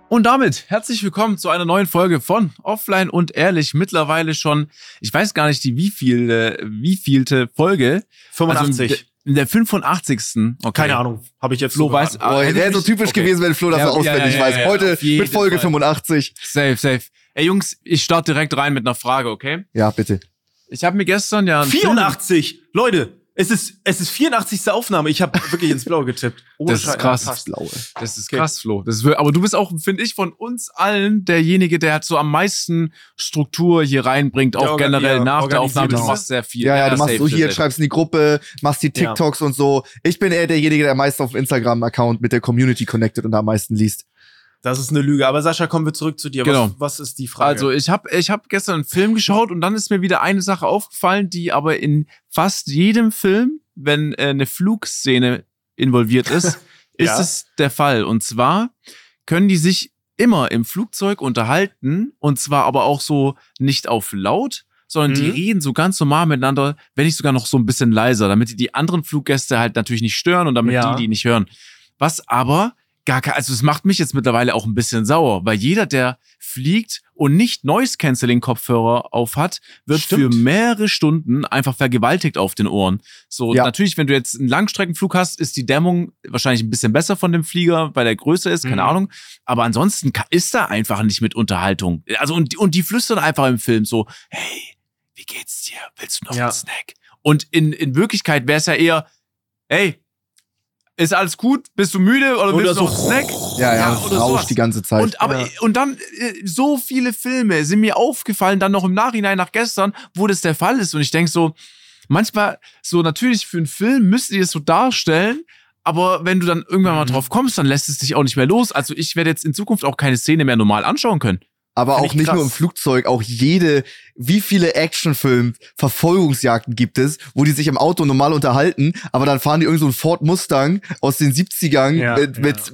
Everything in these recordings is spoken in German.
Und damit herzlich willkommen zu einer neuen Folge von Offline und Ehrlich. Mittlerweile schon, ich weiß gar nicht, wievielte Folge. 85. Also in der 85. Okay. Keine Ahnung, habe ich jetzt Flo weiß. Wäre so typisch gewesen, wenn Flo das so auswendig weiß. Heute mit Folge 85. Safe. Ey Jungs, ich starte direkt rein mit einer Frage, okay? Ja, bitte. Ich habe mir gestern ja... 84! Leute, es ist 84. Aufnahme. Ich habe wirklich ins Blaue getippt. Das ist krass. Das ist krass, Flo. Aber du bist auch, finde ich, von uns allen derjenige, der halt so am meisten Struktur hier reinbringt, auch generell nach der Aufnahme. Du machst sehr viel. Ja, du machst so hier, schreibst in die Gruppe, machst die TikToks und so. Ich bin eher derjenige, der am meisten auf dem Instagram-Account mit der Community connected und am meisten liest. Das ist eine Lüge. Aber Sascha, kommen wir zurück zu dir. Genau. Was ist die Frage? Also ich hab gestern einen Film geschaut und dann ist mir wieder eine Sache aufgefallen, die aber in fast jedem Film, wenn eine Flugszene involviert ist, ist es der Fall. Und zwar können die sich immer im Flugzeug unterhalten und zwar aber auch so nicht auf laut, sondern die reden so ganz normal miteinander, wenn nicht sogar noch so ein bisschen leiser, damit die anderen Fluggäste halt natürlich nicht stören und damit die nicht hören. Was aber also es macht mich jetzt mittlerweile auch ein bisschen sauer, weil jeder, der fliegt und nicht Noise-Canceling-Kopfhörer auf hat, wird für mehrere Stunden einfach vergewaltigt auf den Ohren. So, natürlich, wenn du jetzt einen Langstreckenflug hast, ist die Dämmung wahrscheinlich ein bisschen besser von dem Flieger, weil der größer ist, keine Ahnung. Aber ansonsten ist da einfach nicht mit Unterhaltung. Also und die flüstern einfach im Film so, hey, wie geht's dir? Willst du noch einen Snack? Und in Wirklichkeit wäre es ja eher, hey, ist alles gut? Bist du müde oder willst du noch einen Snack? Ja, rauscht die ganze Zeit. Und dann so viele Filme sind mir aufgefallen, dann noch im Nachhinein nach gestern, wo das der Fall ist. Und ich denke so, manchmal so natürlich für einen Film müsst ihr es so darstellen, aber wenn du dann irgendwann mal drauf kommst, dann lässt es dich auch nicht mehr los. Also ich werde jetzt in Zukunft auch keine Szene mehr normal anschauen können. Aber auch nicht nur im Flugzeug, auch wie viele Verfolgungsjagden gibt es, wo die sich im Auto normal unterhalten, aber dann fahren die irgend so einen Ford Mustang aus den 70ern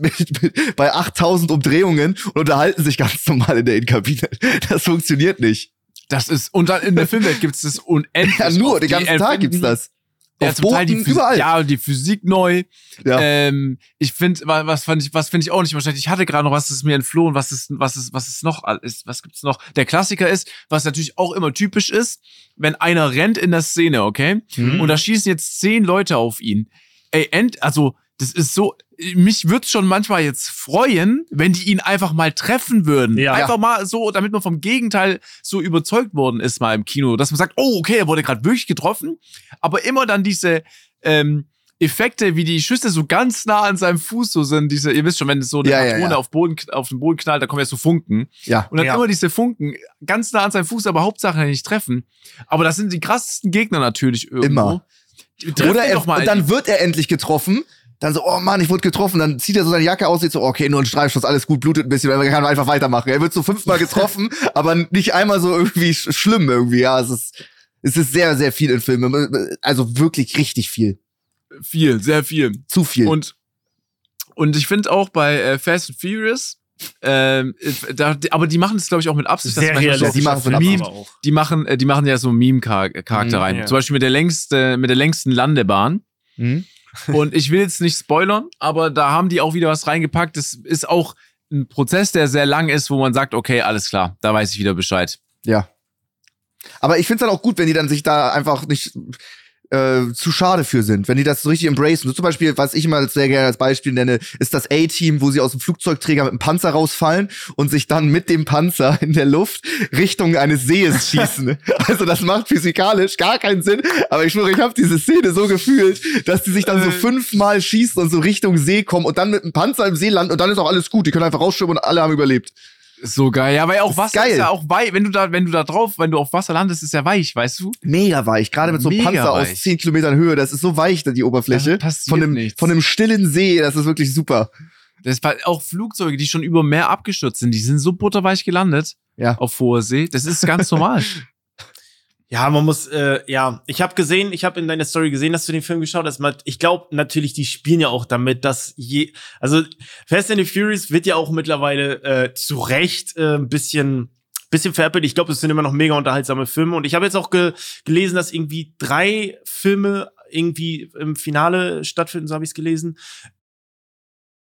mit bei 8000 Umdrehungen und unterhalten sich ganz normal in der Innenkabine. Das funktioniert nicht. Und dann in der Filmwelt gibt es das unendlich. Ja, nur, den ganzen Tag gibt's das. Auf Booten, überall. Ja, die Physik neu. Ja. Ich finde, was finde ich auch nicht wahrscheinlich. Ich hatte gerade noch was, das ist mir entflohen. Was ist noch alles? Was gibt's noch? Der Klassiker ist, was natürlich auch immer typisch ist, wenn einer rennt in der Szene, okay? Und da schießen jetzt 10 Leute auf ihn. Ey, also, das ist so, mich würde schon manchmal jetzt freuen, wenn die ihn einfach mal treffen würden. Ja. Einfach mal so, damit man vom Gegenteil so überzeugt worden ist mal im Kino. Dass man sagt, oh, okay, er wurde gerade wirklich getroffen. Aber immer dann diese Effekte, wie die Schüsse so ganz nah an seinem Fuß so sind. Ihr wisst schon, wenn es so eine Patrone auf den Boden knallt, da kommen ja so Funken. Ja. Und dann immer diese Funken ganz nah an seinem Fuß, aber Hauptsache nicht treffen. Aber das sind die krassesten Gegner natürlich irgendwo. Immer. Und dann wird er endlich getroffen. Dann so, oh Mann, ich wurde getroffen. Dann zieht er so seine Jacke aus, sieht so, okay, nur ein Streifschuss, alles gut, blutet ein bisschen, er kann einfach weitermachen. Er wird so 5-mal getroffen, aber nicht einmal so irgendwie schlimm irgendwie. Ja, es ist sehr, sehr viel in Filmen. Also wirklich richtig viel. Sehr viel. Zu viel. Und ich finde auch bei Fast and Furious, aber die machen das, glaube ich, auch mit Absicht. Sehr realistisch. Die machen es mit Absicht. Die machen ja so Meme-Charakter rein. Ja. Zum Beispiel mit der längsten Landebahn. Und ich will jetzt nicht spoilern, aber da haben die auch wieder was reingepackt. Das ist auch ein Prozess, der sehr lang ist, wo man sagt, okay, alles klar, da weiß ich wieder Bescheid. Ja. Aber ich find's dann auch gut, wenn die dann sich da einfach nicht zu schade für sind, wenn die das so richtig embracen. So zum Beispiel, was ich immer sehr gerne als Beispiel nenne, ist das A-Team, wo sie aus dem Flugzeugträger mit dem Panzer rausfallen und sich dann mit dem Panzer in der Luft Richtung eines Sees schießen. Also das macht physikalisch gar keinen Sinn, aber ich schwöre, ich habe diese Szene so gefühlt, dass die sich dann so 5-mal schießen und so Richtung See kommen und dann mit dem Panzer im See landen und dann ist auch alles gut. Die können einfach rausschwimmen und alle haben überlebt. So geil, ja, weil auch Wasser ist ja auch weich, wenn du auf Wasser landest, ist ja weich, weißt du? Mega weich, gerade mit so einem Panzer aus 10 Kilometern Höhe, das ist so weich, die Oberfläche. Von einem stillen See, das ist wirklich super. Das war auch Flugzeuge, die schon über Meer abgestürzt sind, die sind so butterweich gelandet auf hoher See, das ist ganz normal. Ja, man muss, ich habe in deiner Story gesehen, dass du den Film geschaut hast. Ich glaube natürlich, die spielen ja auch damit, dass also Fast and the Furious wird ja auch mittlerweile zu Recht ein bisschen veräppelt. Ich glaube, es sind immer noch mega unterhaltsame Filme. Und ich habe jetzt auch gelesen, dass irgendwie 3 Filme irgendwie im Finale stattfinden, so habe ich es gelesen.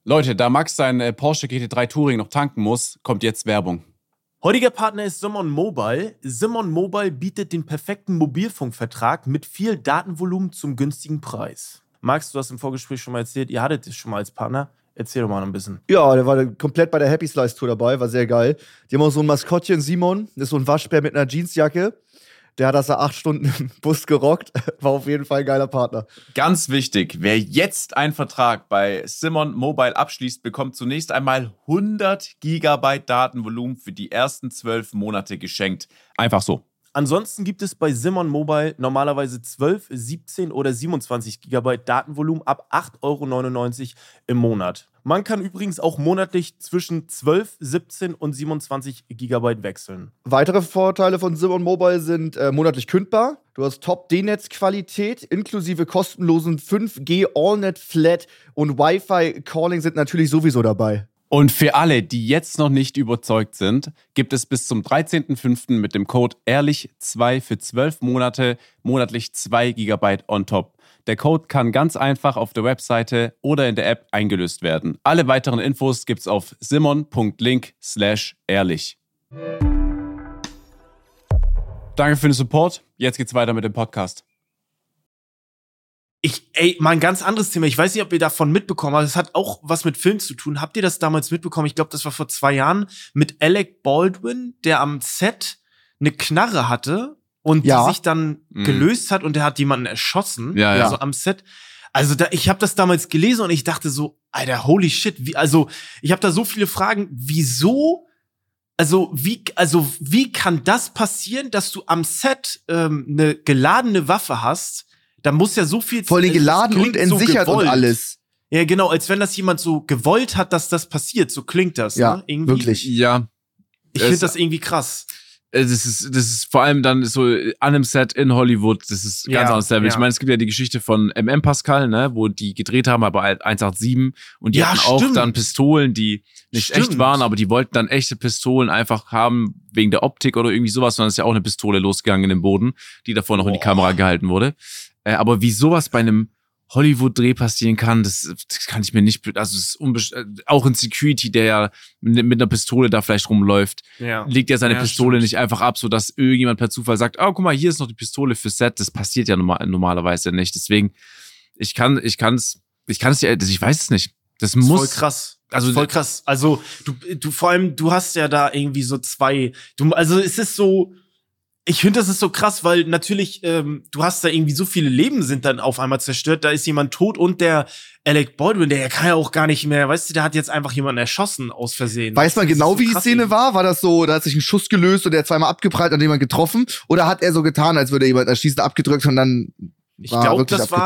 Leute, da Max sein Porsche GT3 Touring noch tanken muss, kommt jetzt Werbung. Heutiger Partner ist Simon Mobile. Simon Mobile bietet den perfekten Mobilfunkvertrag mit viel Datenvolumen zum günstigen Preis. Max, du hast im Vorgespräch schon mal erzählt, ihr hattet es schon mal als Partner. Erzähl doch mal noch ein bisschen. Ja, der war komplett bei der Happy Slice Tour dabei, war sehr geil. Die haben auch so ein Maskottchen, Simon, das ist so ein Waschbär mit einer Jeansjacke. Der hat das da 8 Stunden im Bus gerockt. War auf jeden Fall ein geiler Partner. Ganz wichtig, wer jetzt einen Vertrag bei Simon Mobile abschließt, bekommt zunächst einmal 100 Gigabyte Datenvolumen für die ersten 12 Monate geschenkt. Einfach so. Ansonsten gibt es bei Simon Mobile normalerweise 12, 17 oder 27 Gigabyte Datenvolumen ab 8,99 € im Monat. Man kann übrigens auch monatlich zwischen 12, 17 und 27 Gigabyte wechseln. Weitere Vorteile von Simon Mobile sind monatlich kündbar. Du hast Top-D-Netz-Qualität inklusive kostenlosen 5G AllNet Flat und Wi-Fi-Calling sind natürlich sowieso dabei. Und für alle, die jetzt noch nicht überzeugt sind, gibt es bis zum 13.05. mit dem Code EHRLICH2 für 12 Monate monatlich 2 GB on top. Der Code kann ganz einfach auf der Webseite oder in der App eingelöst werden. Alle weiteren Infos gibt's auf simon.link/ehrlich. Danke für den Support. Jetzt geht's weiter mit dem Podcast. Mal ein ganz anderes Thema. Ich weiß nicht, ob ihr davon mitbekommen habt. Es hat auch was mit Film zu tun. Habt ihr das damals mitbekommen? Ich glaube, das war vor 2 Jahren mit Alec Baldwin, der am Set eine Knarre hatte und die sich dann gelöst hat und der hat jemanden erschossen. Ja. Also am Set. Also ich habe das damals gelesen und ich dachte so, Alter, holy shit. Ich habe da so viele Fragen. Wieso? Wie kann das passieren, dass du am Set eine geladene Waffe hast? Da muss ja so viel... Voll geladen und entsichert so und alles. Ja, genau, als wenn das jemand so gewollt hat, dass das passiert. So klingt das, ja, ne? Irgendwie. Wirklich. Ja. Ich finde das irgendwie krass. Das ist vor allem dann so an einem Set in Hollywood, das ist ganz anderes Level. Ich meine, es gibt ja die Geschichte von M.M. Pascal, ne, wo die gedreht haben, aber 187 und die hatten auch dann Pistolen, die nicht echt waren, aber die wollten dann echte Pistolen einfach haben, wegen der Optik oder irgendwie sowas, sondern es ist ja auch eine Pistole losgegangen in den Boden, die davor noch in die Kamera gehalten wurde. Aber wie sowas bei einem Hollywood-Dreh passieren kann, das kann ich mir nicht, also es ist auch ein Security, der ja mit einer Pistole da vielleicht rumläuft, legt ja seine Pistole nicht einfach ab, sodass irgendjemand per Zufall sagt, oh, guck mal, hier ist noch die Pistole für Set. Das passiert ja normalerweise nicht. Deswegen, ich weiß es nicht. Das muss. Voll krass. Also voll krass. Also du vor allem, du hast ja da irgendwie so es ist so. Ich finde, das ist so krass, weil natürlich, du hast da irgendwie so viele Leben sind dann auf einmal zerstört. Da ist jemand tot und der Alec Baldwin, der kann ja auch gar nicht mehr, weißt du, der hat jetzt einfach jemanden erschossen aus Versehen. Weiß man genau, wie die Szene war? War das so, da hat sich ein Schuss gelöst und der zweimal abgeprallt und jemand getroffen? Oder hat er so getan, als würde er jemanden erschießen, abgedrückt und dann ich glaube,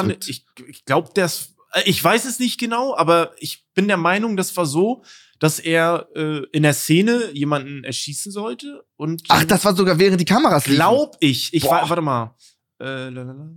ich weiß es nicht genau, aber ich bin der Meinung, das war so, dass er in der Szene jemanden erschießen sollte und ach, das war sogar während die Kameras liefen. Glaub ich. Warte mal. Da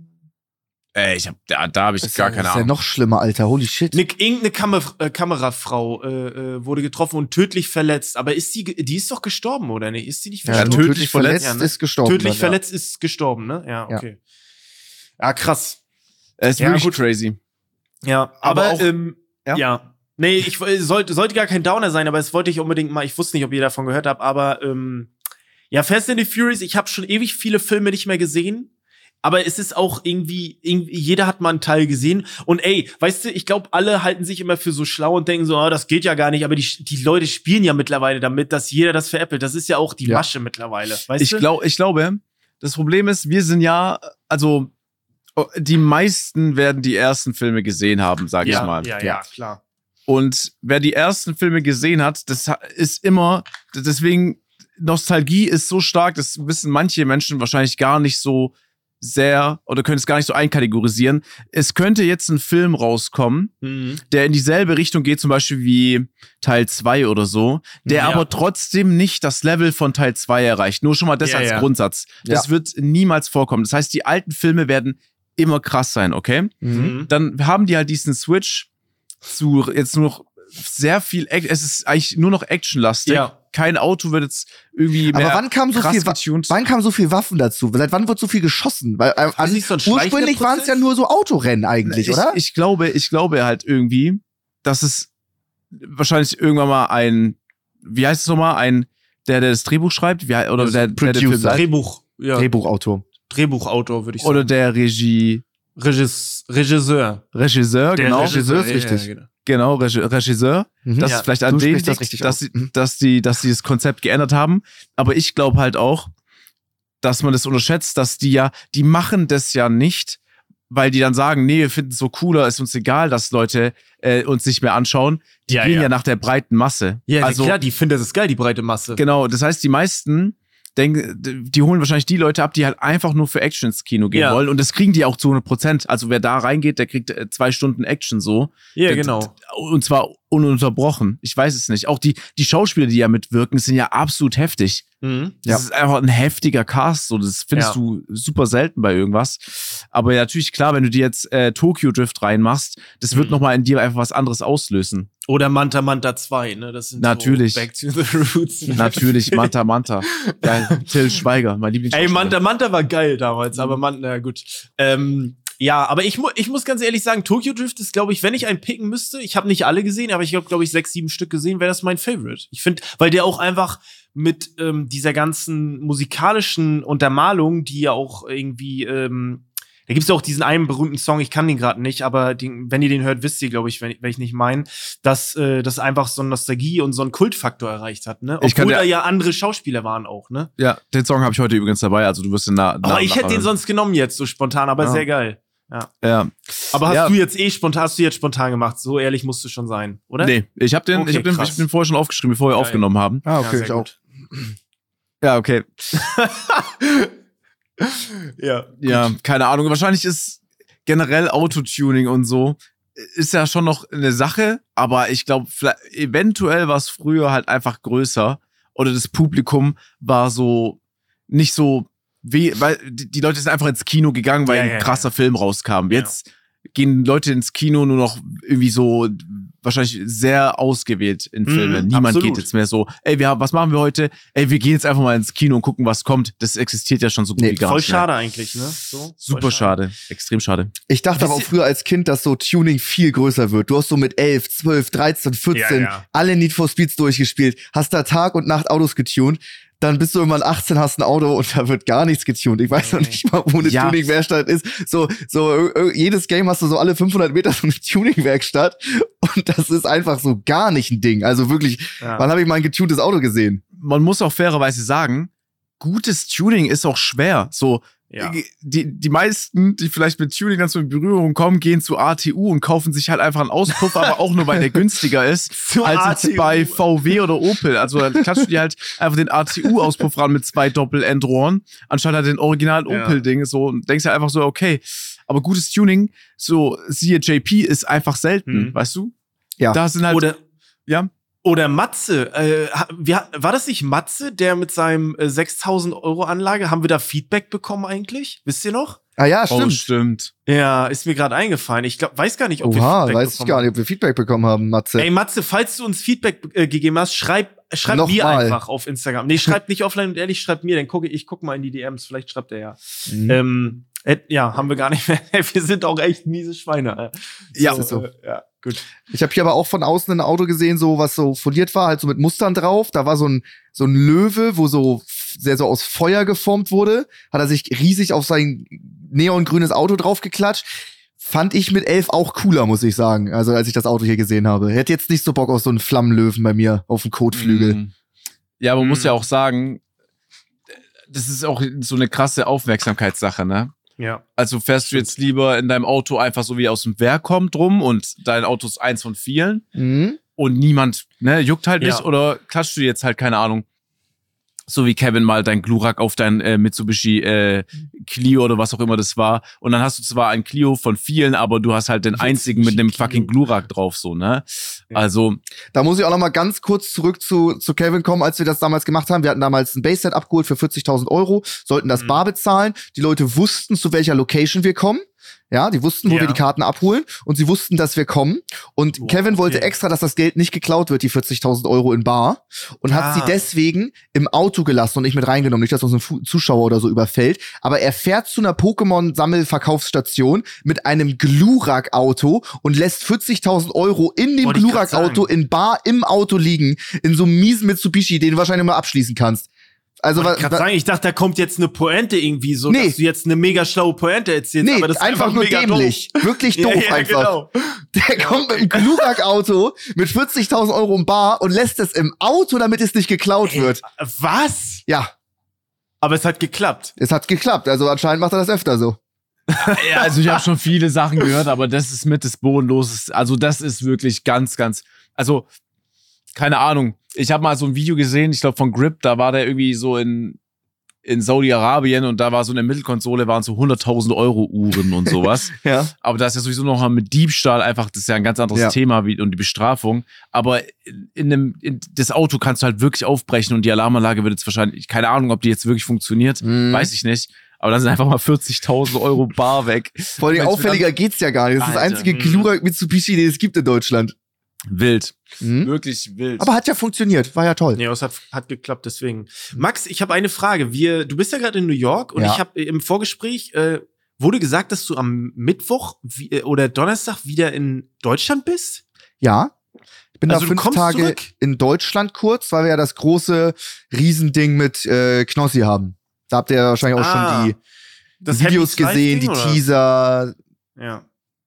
habe ich gar keine Ahnung. Das ist ja noch schlimmer, Alter. Holy shit. Irgendeine Kamerafrau wurde getroffen und tödlich verletzt. Aber die ist doch gestorben, oder nicht? Ist die nicht verstorben? Ja, tödlich verletzt ist gestorben. Tödlich verletzt ist gestorben, ne? Ja, okay. Ja, krass. Es ist wirklich crazy. Ja, aber auch, ja. Nee, ich sollte gar kein Downer sein, aber es wollte ich unbedingt mal, ich wusste nicht, ob ihr davon gehört habt, aber Fast and the Furious, ich habe schon ewig viele Filme nicht mehr gesehen, aber es ist auch irgendwie jeder hat mal einen Teil gesehen und weißt du, ich glaube, alle halten sich immer für so schlau und denken so, das geht ja gar nicht, aber die Leute spielen ja mittlerweile damit, dass jeder das veräppelt. Das ist ja auch die Masche mittlerweile, weißt du? Ich glaube, das Problem ist, wir sind ja, also die meisten werden die ersten Filme gesehen haben, sag ich mal. Ja, klar. Und wer die ersten Filme gesehen hat, das ist immer, deswegen, Nostalgie ist so stark, das wissen manche Menschen wahrscheinlich gar nicht so sehr oder können es gar nicht so einkategorisieren. Es könnte jetzt ein Film rauskommen, der in dieselbe Richtung geht, zum Beispiel wie Teil 2 oder so, der aber trotzdem nicht das Level von Teil 2 erreicht. Nur schon mal das als Grundsatz. Das wird niemals vorkommen. Das heißt, die alten Filme werden immer krass sein, okay? Dann haben die halt diesen Switch zu jetzt nur noch sehr viel, es ist eigentlich nur noch actionlastig. Ja. Kein Auto wird jetzt irgendwie mehr. Aber wann kam so viel Waffen dazu? Seit wann wird so viel geschossen? Weil ursprünglich waren es ja nur so Autorennen eigentlich, oder? Ich glaube halt irgendwie, dass es wahrscheinlich irgendwann mal wie heißt es nochmal, der das Drehbuch schreibt, oder der Producer. Drehbuchautor, würde ich sagen. Oder der Regisseur. Regisseur, genau. Regisseur ist richtig. Genau, Regisseur. Das ist vielleicht an denen, dass sie das Konzept geändert haben. Aber ich glaube halt auch, dass man das unterschätzt, dass die machen das ja nicht, weil die dann sagen, nee, wir finden es so cooler, ist uns egal, dass Leute uns nicht mehr anschauen. Die gehen ja nach der breiten Masse. Ja, also, klar, die finden das geil, die breite Masse. Genau, das heißt, die meisten die holen wahrscheinlich die Leute ab, die halt einfach nur für Action ins Kino gehen wollen. Und das kriegen die auch zu 100%. Also wer da reingeht, der kriegt 2 Stunden Action so. Ja, genau. Und zwar ununterbrochen. Ich weiß es nicht. Auch die Schauspieler, die ja mitwirken, sind ja absolut heftig. Mhm. Das ist einfach ein heftiger Cast. So. Das findest du super selten bei irgendwas. Aber ja, natürlich, klar, wenn du dir jetzt Tokyo Drift reinmachst, das wird nochmal in dir einfach was anderes auslösen. Oder Manta Manta 2, ne? Das sind natürlich. So Back to the Roots. Natürlich, Manta Manta. Geil. Till Schweiger, mein Lieblingsschauspieler. Ey, Manta Manta war geil damals, aber na gut. Ja, aber ich muss ganz ehrlich sagen, Tokyo Drift ist, glaube ich, wenn ich einen picken müsste, ich habe nicht alle gesehen, aber ich habe, glaube ich, 6, 7 Stück gesehen, wäre das mein Favorite. Ich finde, weil der auch einfach mit dieser ganzen musikalischen Untermalung, die ja auch irgendwie da gibt's ja auch diesen einen berühmten Song, ich kann den gerade nicht, aber wenn ihr den hört, wisst ihr, glaube ich, wenn ich nicht meine, dass das einfach so eine Nostalgie und so einen Kultfaktor erreicht hat, ne? Obwohl da ja andere Schauspieler waren auch, ne? Ja, den Song habe ich heute übrigens dabei, also du wirst den aber ich hätte den sonst genommen jetzt, so spontan, aber sehr geil. Ja. Aber hast du jetzt spontan gemacht? So ehrlich musst du schon sein, oder? Nee, ich hab den vorher schon aufgeschrieben, bevor wir aufgenommen haben. Ah, okay, ja, ich auch. Ja, okay. Ja, keine Ahnung. Wahrscheinlich ist generell Autotuning und so ist ja schon noch eine Sache, aber ich glaube, eventuell war es früher halt einfach größer oder das Publikum war so nicht so weil die Leute sind einfach ins Kino gegangen, weil ein krasser Film rauskam. Jetzt gehen Leute ins Kino nur noch irgendwie so wahrscheinlich sehr ausgewählt in Filme. Niemand geht jetzt mehr so, was machen wir heute? Wir gehen jetzt einfach mal ins Kino und gucken, was kommt. Das existiert ja schon so gut wie gar nicht. Voll schade eigentlich, ne? So, super schade. Extrem schade. Ich dachte aber auch früher als Kind, dass so Tuning viel größer wird. Du hast so mit 11, 12, 13, 14 alle Need for Speeds durchgespielt, hast da Tag und Nacht Autos getuned. Dann bist du irgendwann 18, hast ein Auto und da wird gar nichts getuned. Ich weiß noch nicht mal, wo eine Tuning-Werkstatt ist. So jedes Game hast du so alle 500 Meter so eine Tuning-Werkstatt und das ist einfach so gar nicht ein Ding. Also wirklich, wann habe ich mal ein getuntes Auto gesehen? Man muss auch fairerweise sagen, gutes Tuning ist auch schwer. So, die meisten, die vielleicht mit Tuning dann so in Berührung kommen, gehen zu ATU und kaufen sich halt einfach einen Auspuff, aber auch nur, weil der günstiger ist, als jetzt bei VW oder Opel. Also dann klatschst du dir halt einfach den ATU-Auspuff ran mit 2 Doppel-Endrohren, anstatt halt den originalen Opel-Ding. So, und denkst ja einfach so, okay, aber gutes Tuning, so siehe JP, ist einfach selten, weißt du? Ja. Da sind halt, Oder Matze. War das nicht Matze, der mit seinem 6.000 € Anlage, haben wir da Feedback bekommen eigentlich? Wisst ihr noch? Ah ja, stimmt. Oh, stimmt. Ja, ist mir gerade eingefallen. Ich weiß gar nicht, ob wir Feedback bekommen haben. weiß ich gar nicht, ob wir Feedback bekommen haben, Matze. Ey, Matze, falls du uns Feedback gegeben hast, schreib mir einfach auf Instagram. Nee, schreib nicht offline und ehrlich, schreib mir, dann ich guck mal in die DMs, vielleicht schreibt er ja. Haben wir gar nicht mehr. Wir sind auch echt miese Schweine. So. Ja, gut. Ich habe hier aber auch von außen ein Auto gesehen, so was so foliert war, halt so mit Mustern drauf. Da war so ein Löwe, wo sehr so aus Feuer geformt wurde. Hat er sich riesig auf sein neongrünes Auto draufgeklatscht. Fand ich mit 11 auch cooler, muss ich sagen. Also als ich das Auto hier gesehen habe. Hätte jetzt nicht so Bock auf so einen Flammenlöwen bei mir auf dem Kotflügel. Ja, man muss ja auch sagen, das ist auch so eine krasse Aufmerksamkeitssache, ne? Ja. Also fährst du jetzt lieber in deinem Auto einfach so wie aus dem Werk kommt rum und dein Auto ist eins von vielen und niemand, ne, juckt halt nicht oder klatschst du jetzt halt, keine Ahnung, so wie Kevin mal dein Glurak auf dein Mitsubishi Clio oder was auch immer das war und dann hast du zwar ein Clio von vielen, aber du hast halt den einzigen mit einem fucking Glurak drauf, so, ne? Ja. Also da muss ich auch noch mal ganz kurz zurück zu Kevin kommen, als wir das damals gemacht haben. Wir hatten damals ein Base-Set abgeholt für 40.000 €, sollten das bar bezahlen. Die Leute wussten, zu welcher Location wir kommen. Ja, die wussten, wo wir die Karten abholen und sie wussten, dass wir kommen. Und Kevin wollte extra, dass das Geld nicht geklaut wird, die 40.000 Euro in bar. Und hat sie deswegen im Auto gelassen und nicht mit reingenommen. Nicht, dass uns ein Zuschauer oder so überfällt. Aber er fährt zu einer Pokémon-Sammelverkaufsstation mit einem Glurak-Auto und lässt 40.000 Euro in dem Glurak-Auto in bar im Auto liegen. In so einem miesen Mitsubishi, den du wahrscheinlich mal abschließen kannst. Also ich dachte, da kommt jetzt eine Pointe irgendwie so, dass du jetzt eine mega schlaue Pointe erzählst. Aber das ist einfach nur mega dämlich. Doof. Wirklich doof einfach. Genau. Der kommt mit einem Glurak-Auto mit 40.000 Euro im bar und lässt es im Auto, damit es nicht geklaut wird. Was? Ja. Aber es hat geklappt. Es hat geklappt. Also anscheinend macht er das öfter so. Ja, also ich habe schon viele Sachen gehört, aber das ist mit des Bodenloses. Also das ist wirklich ganz, ganz, also keine Ahnung. Ich habe mal so ein Video gesehen, ich glaube von Grip, da war der irgendwie so in Saudi-Arabien und da war so eine Mittelkonsole, waren so 100.000 Euro Uhren und sowas. Ja. Aber das ist ja sowieso noch mal mit Diebstahl einfach, das ist ja ein ganz anderes Thema und die Bestrafung. Aber in das Auto kannst du halt wirklich aufbrechen und die Alarmanlage wird jetzt wahrscheinlich, keine Ahnung, ob die jetzt wirklich funktioniert, weiß ich nicht. Aber dann sind einfach mal 40.000 Euro bar weg. Vor allem auffälliger geht's ja gar nicht. Das ist das einzige Glurak Mitsubishi, den es gibt in Deutschland. Wild. Wirklich wild. Aber hat ja funktioniert. War ja toll. Ja, es hat geklappt, deswegen. Max, ich habe eine Frage. Du bist ja gerade in New York und ich habe im Vorgespräch wurde gesagt, dass du am Mittwoch oder Donnerstag wieder in Deutschland bist? Ja. Ich bin da 5 Tage zurück? in Deutschland kurz, weil wir ja das große Riesending mit Knossi haben. Da habt ihr ja wahrscheinlich auch schon die Videos gesehen, die Teaser. Ja.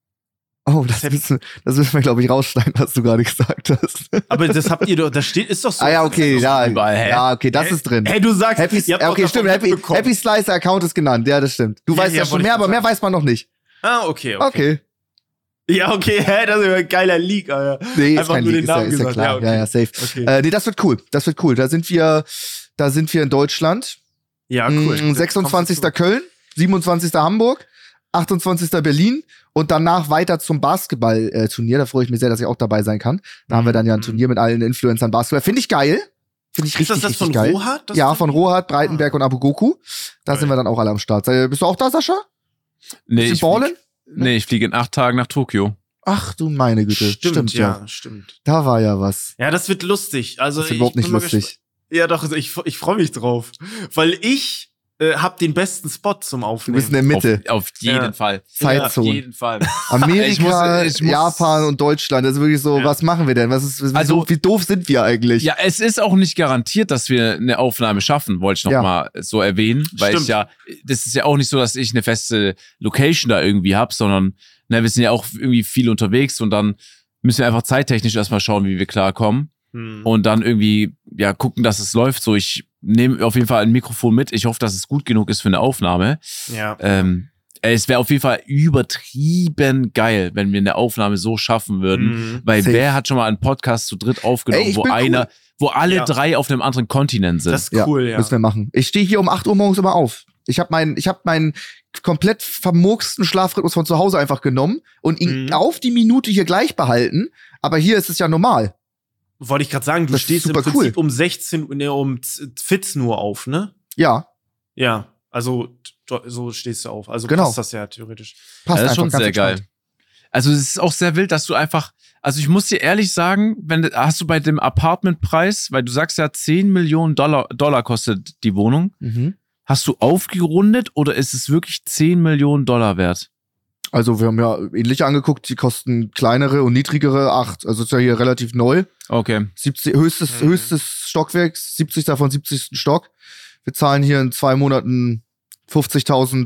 Oh, das müssen wir, glaube ich, rausschneiden, was du gerade gesagt hast. Aber das habt ihr doch, ist doch so. Ah ja, okay, überall, okay, das ist drin. Hey, du sagst, Happy Slicer Account ist genannt, ja, das stimmt. Du weißt ja schon mehr, aber mehr weiß man noch nicht. Ah, okay. Ja, okay, das ist ein geiler Leak, Alter. Nee, einfach nur den Namen gesagt. Ja, klar. Ja, safe. Okay. Nee, das wird cool. Da sind wir in Deutschland. Ja, cool. 26. Köln, 27. Hamburg, 28. Berlin und danach weiter zum Basketball-Turnier. Da freue ich mich sehr, dass ich auch dabei sein kann. Da haben wir dann ja ein Turnier mit allen Influencern Basketball. Finde ich geil. Finde ich richtig, richtig geil. Ist das von Rohat? Ja, von Rohat, Breitenberg und Abu Goku. Da sind wir dann auch alle am Start. Bist du auch da, Sascha? Nee, ich fliege in 8 Tagen nach Tokio. Ach du meine Güte. Stimmt. Da war ja was. Ja, das wird lustig. Also das wird überhaupt nicht lustig. Ja, doch, ich freue mich drauf. Weil ich hab den besten Spot zum Aufnehmen. Du bist in der Mitte. Auf jeden Fall. Zeitzone. Auf jeden Fall. Amerika, Japan und Deutschland. Das ist wirklich so, was machen wir denn? Wie doof sind wir eigentlich? Ja, es ist auch nicht garantiert, dass wir eine Aufnahme schaffen, wollte ich noch mal so erwähnen. Weil das ist ja auch nicht so, dass ich eine feste Location da irgendwie habe, sondern wir sind ja auch irgendwie viel unterwegs und dann müssen wir einfach zeittechnisch erstmal schauen, wie wir klarkommen. Und dann irgendwie, gucken, dass es läuft. So, ich nehme auf jeden Fall ein Mikrofon mit. Ich hoffe, dass es gut genug ist für eine Aufnahme. Ja. Es wäre auf jeden Fall übertrieben geil, wenn wir eine Aufnahme so schaffen würden. Weil wer hat schon mal einen Podcast zu dritt aufgenommen, wo alle 3 auf einem anderen Kontinent sind? Das ist cool, ja. Müssen wir machen. Ich stehe hier um 8 Uhr morgens immer auf. Ich habe meinen komplett vermurksten Schlafrhythmus von zu Hause einfach genommen und ihn auf die Minute hier gleich behalten. Aber hier ist es ja normal. Wollte ich gerade sagen, du stehst im Prinzip um 14 Uhr auf, ne? Ja. Ja, also so stehst du auf. Also passt das ja theoretisch. Passt das ist schon sehr geil. Also es ist auch sehr wild, dass du einfach, also ich muss dir ehrlich sagen, hast du bei dem Apartmentpreis, weil du sagst ja 10 Millionen Dollar kostet die Wohnung, hast du aufgerundet oder ist es wirklich 10 Millionen Dollar wert? Also wir haben ja ähnliche angeguckt, die kosten kleinere und niedrigere 8. Also ist ja hier relativ neu. Okay. Höchstes Stockwerk, 70. davon 70. Stock. Wir zahlen hier in 2 Monaten $50.000.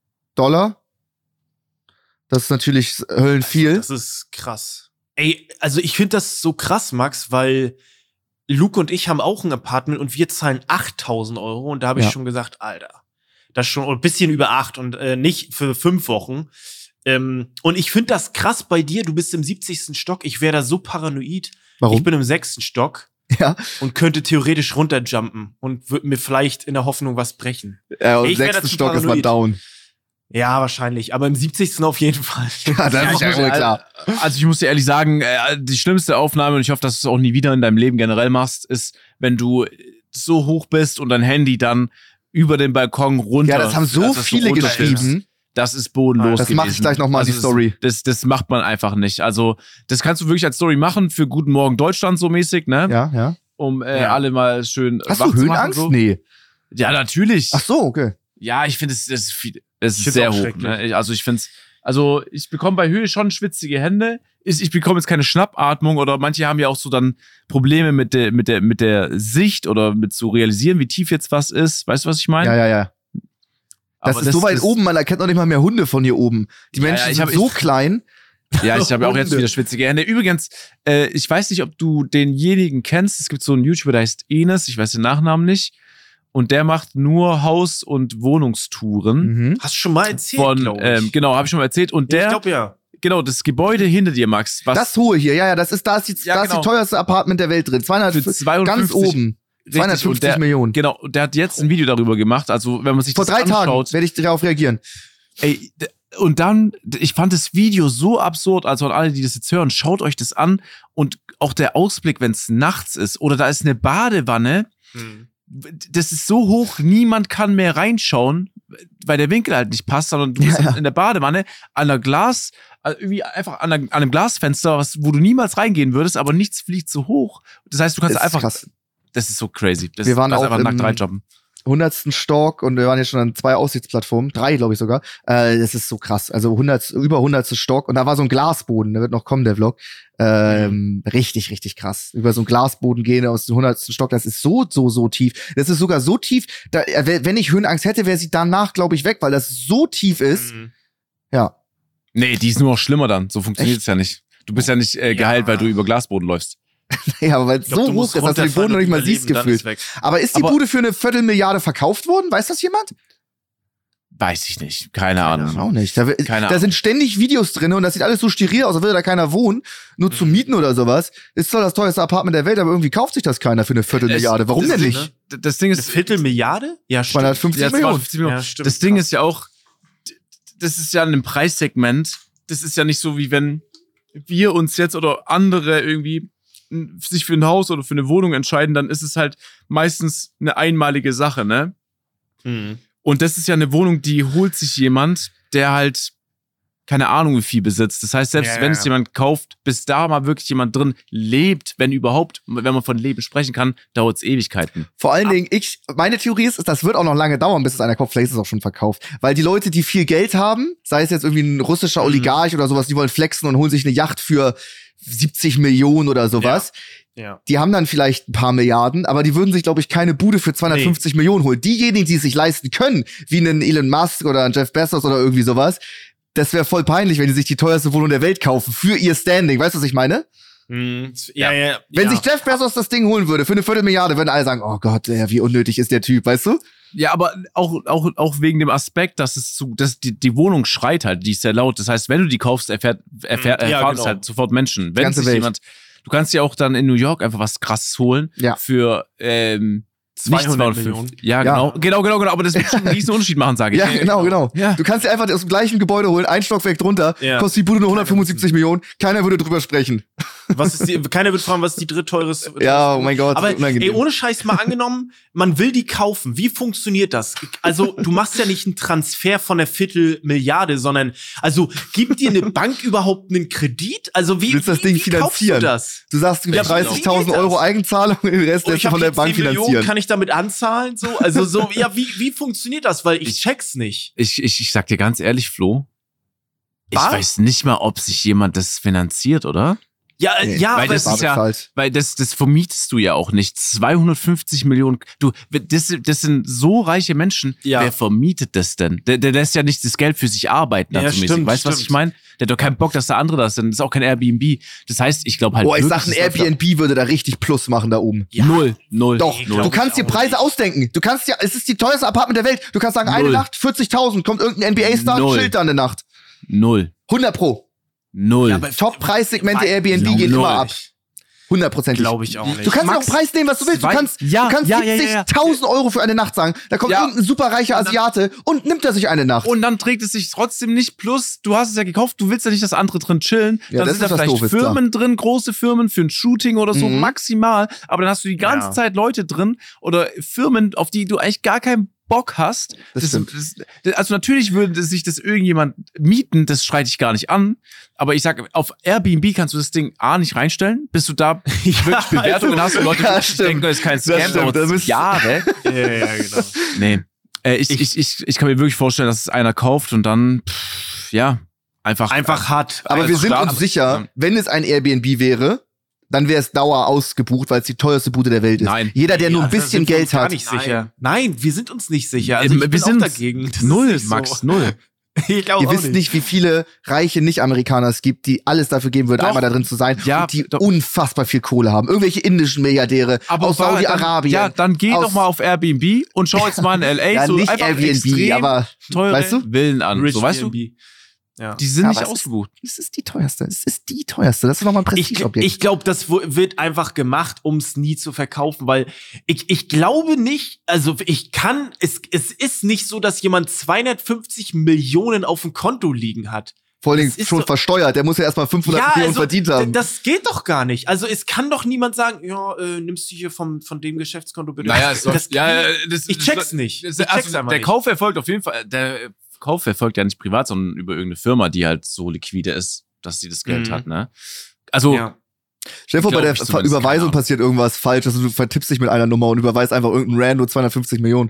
Das ist natürlich höllenviel. Das ist krass. Ey, also ich finde das so krass, Max, weil Luke und ich haben auch ein Apartment und wir zahlen 8.000 Euro und da habe ich schon gesagt, Alter, das ist schon ein bisschen über 8 und nicht für 5 Wochen. Und ich finde das krass bei dir, du bist im 70. Stock, ich wäre da so paranoid. Warum? Ich bin im 6. Stock und könnte theoretisch runterjumpen und würde mir vielleicht in der Hoffnung was brechen. Ja, im 6. Stock ist man down. Ja, wahrscheinlich, aber im 70. auf jeden Fall. Ja, das ist ja wohl klar. Also ich muss dir ehrlich sagen, die schlimmste Aufnahme, und ich hoffe, dass du es auch nie wieder in deinem Leben generell machst, ist, wenn du so hoch bist und dein Handy dann über den Balkon runter. Ja, das haben so viele geschrieben. Das ist bodenlos Das mache ich gleich nochmal in die Story. Das macht man einfach nicht. Also, das kannst du wirklich als Story machen für Guten Morgen Deutschland so mäßig, ne? Ja. Um alle mal schön Hast wach du zu machen. Höhenangst? So. Nee. Ja, natürlich. Ach so, okay. Ja, ich finde, das ist sehr hoch. Ne? Ich bekomme bei Höhe schon schwitzige Hände. Ich bekomme jetzt keine Schnappatmung oder manche haben ja auch so dann Probleme mit der Sicht oder mit zu realisieren, wie tief jetzt was ist. Weißt du, was ich meine? Ja. Das ist so weit oben, man erkennt noch nicht mal mehr Hunde von hier oben. Die Menschen sind so klein. Ja, ich habe ja auch jetzt wieder schwitzige Hände. Übrigens, ich weiß nicht, ob du denjenigen kennst. Es gibt so einen YouTuber, der heißt Enes, ich weiß den Nachnamen nicht. Und der macht nur Haus- und Wohnungstouren. Hast du schon mal erzählt, glaube ich. Genau, habe ich schon mal erzählt. Und der, ich glaube, ja. Genau, das Gebäude hinter dir, Max. Das hohe hier, da ist die teuerste Apartment der Welt drin. 250, ganz oben. 250 Millionen. Genau, und der hat jetzt ein Video darüber gemacht. Also, wenn man sich Vor das 3 anschaut, Tagen werde ich darauf reagieren. Ey, und dann, ich fand das Video so absurd, also an alle, die das jetzt hören, schaut euch das an. Und auch der Ausblick, wenn es nachts ist, oder da ist eine Badewanne, das ist so hoch, niemand kann mehr reinschauen, weil der Winkel halt nicht passt, sondern du bist in der Badewanne an der irgendwie einfach an einem Glasfenster, wo du niemals reingehen würdest, aber nichts fliegt so hoch. Das heißt, du kannst einfach, krass. Das ist so crazy. Wir waren auch einfach nackt reinjumpen. 100. Stock und wir waren jetzt schon an 2 Aussichtsplattformen, 3 glaube ich sogar. Das ist so krass, also über 100. Stock und da war so ein Glasboden, da wird noch kommen der Vlog. Richtig, richtig krass. Über so einen Glasboden gehen aus dem 100. Stock, das ist so tief. Das ist sogar so tief, wenn ich Höhenangst hätte, wäre sie danach, glaube ich, weg, weil das so tief ist. Ja. Nee, die ist nur noch schlimmer dann. So funktioniert es ja nicht. Du bist ja nicht geheilt, weil du über Glasboden läufst. Ja, aber weil es so hoch ist, dass du den Boden noch nicht mal siehst gefühlt. Aber ist die Bude für eine Viertelmilliarde verkauft worden? Weiß das jemand? Weiß ich nicht. Keine Ahnung. Auch nicht. Da sind ständig Videos drin und das sieht alles so steril aus, als würde da keiner wohnen. Nur zu mieten oder sowas. Ist zwar das teuerste Apartment der Welt, aber irgendwie kauft sich das keiner für eine Viertelmilliarde. Warum denn nicht? Das Ding ist. Eine Viertelmilliarde? Ja, 250 Millionen. Ja, stimmt. Das Ding ist ja auch, das ist ja in einem Preissegment. Das ist ja nicht so, wie wenn wir uns jetzt oder andere irgendwie sich für ein Haus oder für eine Wohnung entscheiden, dann ist es halt meistens eine einmalige Sache, ne? Und das ist ja eine Wohnung, die holt sich jemand, der halt keine Ahnung wie viel besitzt. Das heißt, selbst wenn es jemand kauft, bis da mal wirklich jemand drin lebt, wenn überhaupt, wenn man von Leben sprechen kann, dauert es Ewigkeiten. Vor allen Dingen, meine Theorie ist, das wird auch noch lange dauern, bis es einer kauft. Vielleicht ist es auch schon verkauft. Weil die Leute, die viel Geld haben, sei es jetzt irgendwie ein russischer Oligarch oder sowas, die wollen flexen und holen sich eine Yacht für 70 Millionen oder sowas. Ja. Die haben dann vielleicht ein paar Milliarden, aber die würden sich, glaube ich, keine Bude für 250 Millionen holen. Diejenigen, die es sich leisten können, wie einen Elon Musk oder einen Jeff Bezos oder irgendwie sowas, das wäre voll peinlich, wenn die sich die teuerste Wohnung der Welt kaufen für ihr Standing. Weißt du, was ich meine? Wenn sich Jeff Bezos das Ding holen würde für eine Viertelmilliarde, würden alle sagen, oh Gott, wie unnötig ist der Typ, weißt du? Ja, aber auch wegen dem Aspekt, dass die Wohnung schreit halt, die ist sehr laut. Das heißt, wenn du die kaufst, erfahren es halt sofort Menschen. Wenn sich jemand, du kannst dir auch dann in New York einfach was Krasses holen für 200 Millionen. Ja, genau. Aber das wird schon einen riesen Unterschied machen, sage ich. Ja, genau. Ja. Du kannst dir einfach aus dem gleichen Gebäude holen, ein Stockwerk drunter, kostet die Bude nur 175 Millionen, keiner würde drüber sprechen. Keiner wird fragen, was ist die drittteures. Ja, oh mein Gott. Aber ohne Scheiß mal angenommen, man will die kaufen. Wie funktioniert das? Also, du machst ja nicht einen Transfer von der Viertelmilliarde, sondern, also, gibt dir eine Bank überhaupt einen Kredit? Also, wie willst du das Ding finanzieren? Du das? Du sagst, 30.000 Euro Eigenzahlung und den Rest lässt du von der Bank finanzieren. Millionen, kann ich damit anzahlen? So? Also, wie funktioniert das? Weil ich check's nicht. Ich sag dir ganz ehrlich, Flo, ich weiß nicht mal, ob sich jemand das finanziert, oder? Weil das ist ja, weil das vermietest du ja auch nicht. 250 Millionen. Das sind so reiche Menschen. Ja. Wer vermietet das denn? Der lässt ja nicht das Geld für sich arbeiten. Ja, stimmt, weißt du, was ich meine? Der hat doch keinen Bock, dass da andere das sind. Das ist auch kein Airbnb. Das heißt, ich glaube halt. Ich sag, ein Airbnb würde da richtig Plus machen da oben. Ja. Null. Doch, du kannst dir Preise ausdenken. Du kannst ja, es ist die teuerste Apartment der Welt. Du kannst sagen, eine Nacht 40.000, kommt irgendein NBA-Star und chillt da eine Nacht. 100 Pro. Ja, Top-Preissegmente Airbnb gehen immer ab. 100%. Glaube ich auch nicht. Du kannst auch einen Preis nehmen, was du willst. Du kannst 70.000 Euro für eine Nacht sagen. Da kommt irgendein superreicher Asiate und nimmt er sich eine Nacht. Und dann trägt es sich trotzdem nicht. Plus, du hast es ja gekauft, du willst ja nicht, dass andere drin chillen. Ja, dann das sind da vielleicht doof, Firmen drin, große Firmen für ein Shooting oder so, maximal. Aber dann hast du die ganze Zeit Leute drin oder Firmen, auf die du eigentlich gar keinen Bock hast, Das also natürlich würde sich das irgendjemand mieten, das schreit dich gar nicht an, aber ich sag, auf Airbnb kannst du das Ding nicht reinstellen, bis du da wirklich Bewertungen hast und Leute denken, das ist kein Scam, dauert Jahre. Ja, genau. Nee. Ich kann mir wirklich vorstellen, dass es einer kauft und dann, einfach hart. Aber wir sind uns sicher, wenn es ein Airbnb wäre, dann wäre es Dauer ausgebucht, weil es die teuerste Bude der Welt ist. Nein. Jeder, der nur ein bisschen Geld hat. Nicht sicher. Nein, wir sind uns nicht sicher. Also ich bin auch dagegen. Null, Max, null. Ich glaube Ihr wisst nicht, wie viele reiche Nicht-Amerikaner es gibt, die alles dafür geben würden, einmal da drin zu sein, und die unfassbar viel Kohle haben. Irgendwelche indischen Milliardäre aus Saudi-Arabien. Ja, dann geh doch mal auf Airbnb und schau jetzt mal in L.A. Ja, so nicht einfach Airbnb, aber teure weißt du? Villen an. Rich So, weißt du? B&B. Ja. Die sind nicht ausgebucht. Es ist die teuerste. Es ist die teuerste. Das ist nochmal ein Prestigeobjekt. Ich glaube, das wird einfach gemacht, um es nie zu verkaufen, weil ich glaube nicht, also es ist nicht so, dass jemand 250 Millionen auf dem Konto liegen hat. Vor allen Dingen schon versteuert. Der muss ja erstmal 500 Millionen verdient haben. Das geht doch gar nicht. Also es kann doch niemand sagen, nimmst du hier von dem Geschäftskonto bitte. Naja, ich check's nicht. Der Kauf erfolgt auf jeden Fall, der Kauf erfolgt ja nicht privat, sondern über irgendeine Firma, die halt so liquide ist, dass sie das Geld hat, ne? Also, stell dir vor, bei der Überweisung passiert irgendwas falsch, also du vertippst dich mit einer Nummer und überweist einfach irgendeinen Rando 250 Millionen.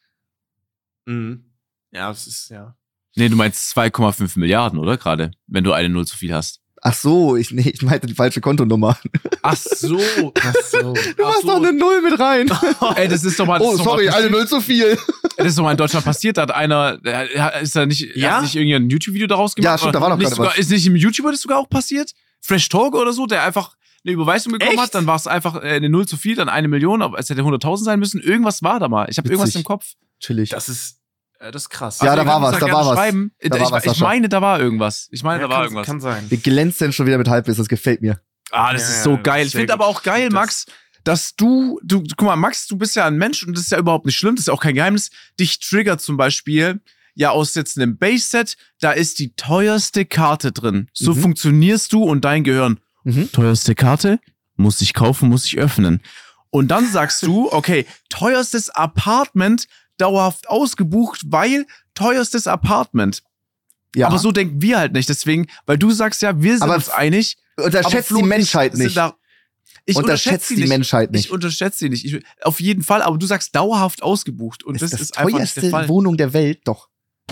Mhm. Ja, das ist, Nee, du meinst 2,5 Milliarden, oder? Gerade, wenn du eine Null zu viel hast. Ach so, ich meinte die falsche Kontonummer. Ach so. Du machst doch eine Null mit rein. Ey, das ist doch mal. Eine Null zu viel. Das ist doch mal in Deutschland passiert. Da hat einer, ist da nicht, hat nicht irgendwie ein YouTube-Video daraus gemacht? Ja, stimmt, da war noch gerade was. Ist nicht im YouTuber das sogar auch passiert? Fresh Talk oder so, der einfach eine Überweisung bekommen hat, dann war es einfach eine Null zu viel, dann 1 Million, aber es hätte 100.000 sein müssen. Irgendwas war da mal. Ich habe irgendwas im Kopf. Chillig. Das ist krass. Ja, da war was. Ich meine, da war irgendwas. Kann sein. Wir glänzen schon wieder mit Halbwissen, das gefällt mir. Das ist so geil. Ich finde aber auch geil, Max, dass du, guck mal, Max, du bist ja ein Mensch und das ist ja überhaupt nicht schlimm, das ist ja auch kein Geheimnis. Dich triggert zum Beispiel, aus jetzt einem Base-Set, da ist die teuerste Karte drin. So funktionierst du und dein Gehirn. Teuerste Karte, muss ich kaufen, muss ich öffnen. Und dann sagst du, okay, teuerstes Apartment, dauerhaft ausgebucht, weil teuerstes Apartment. Ja. Aber so denken wir halt nicht. Deswegen, weil du sagst ja, wir sind uns einig. Unterschätzt die Menschheit nicht. Ich unterschätze die Menschheit nicht. Ich unterschätze sie nicht. Auf jeden Fall, aber du sagst dauerhaft ausgebucht. Und das ist einfach nicht der Fall. Teuerste Wohnung der Welt, doch.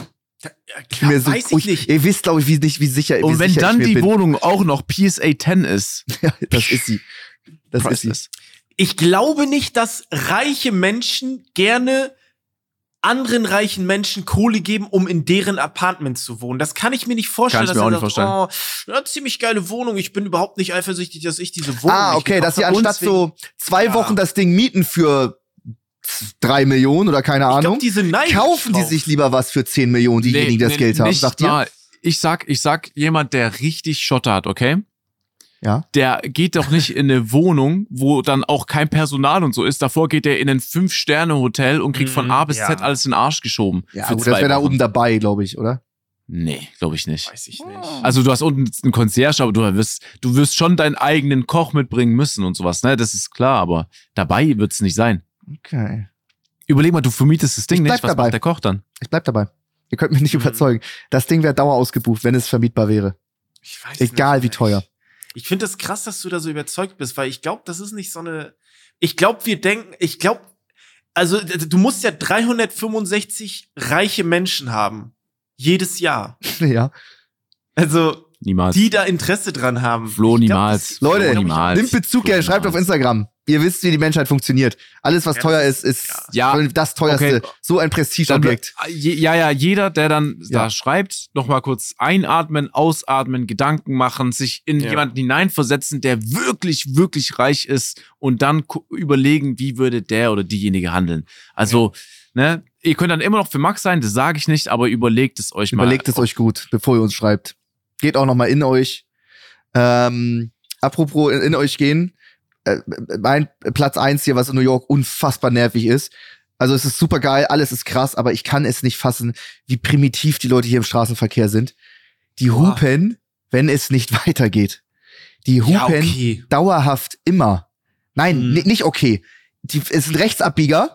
Weiß ich nicht. Ihr wisst, glaube ich, wie sicher und wenn dann die Wohnung auch noch PSA 10 ist. Ja, das ist sie. Das ist sie. Ich glaube nicht, dass reiche Menschen gerne anderen reichen Menschen Kohle geben, um in deren Apartments zu wohnen. Das kann ich mir nicht vorstellen. Kann ich mir auch nicht vorstellen. Ziemlich geile Wohnung. Ich bin überhaupt nicht eifersüchtig, dass ich diese Wohnung okay, dass sie anstatt so 2 Wochen das Ding mieten für 3 Millionen oder keine Ahnung, kaufen die sich lieber was für 10 Millionen, diejenigen, die das Geld haben. Sagt ihr? Ich sag, jemand, der richtig Schotter hat, okay? Ja. Der geht doch nicht in eine Wohnung, wo dann auch kein Personal und so ist. Davor geht er in ein 5-Sterne-Hotel und kriegt von A bis Z alles in den Arsch geschoben. Ja, gut, das wäre da oben dabei, glaube ich, oder? Nee, glaube ich nicht. Weiß ich nicht. Also du hast unten einen Concierge, aber du wirst schon deinen eigenen Koch mitbringen müssen und sowas, ne? Das ist klar, aber dabei wird's nicht sein. Okay. Überleg mal, du vermietest das Ding nicht, was macht der Koch dann? Ich bleib dabei. Ihr könnt mich nicht überzeugen. Das Ding wäre dauerausgebucht, wenn es vermietbar wäre. Ich weiß Egal nicht, wie teuer. Ich finde das krass, dass du da so überzeugt bist, weil ich glaube, das ist nicht so eine. Also du musst ja 365 reiche Menschen haben. Jedes Jahr. Ja. Also, niemals. Die da Interesse dran haben. Flo, niemals. Leute, nimmt Bezug, schreibt auf Instagram. Ihr wisst, wie die Menschheit funktioniert. Alles, was teuer ist das teuerste. Okay. So ein Prestigeobjekt. Jeder, der dann da schreibt, nochmal kurz einatmen, ausatmen, Gedanken machen, sich in jemanden hineinversetzen, der wirklich, wirklich reich ist und dann überlegen, wie würde der oder diejenige handeln. Also, ne, ihr könnt dann immer noch für Max sein, das sage ich nicht, aber überlegt es euch mal. Überlegt es euch gut, bevor ihr uns schreibt. Geht auch nochmal in euch. Apropos in euch gehen. Mein Platz 1 hier, was in New York unfassbar nervig ist. Also es ist super geil, alles ist krass, aber ich kann es nicht fassen, wie primitiv die Leute hier im Straßenverkehr sind. Die hupen, wenn es nicht weitergeht. Die hupen dauerhaft immer. Nein, nicht okay. Es sind Rechtsabbieger,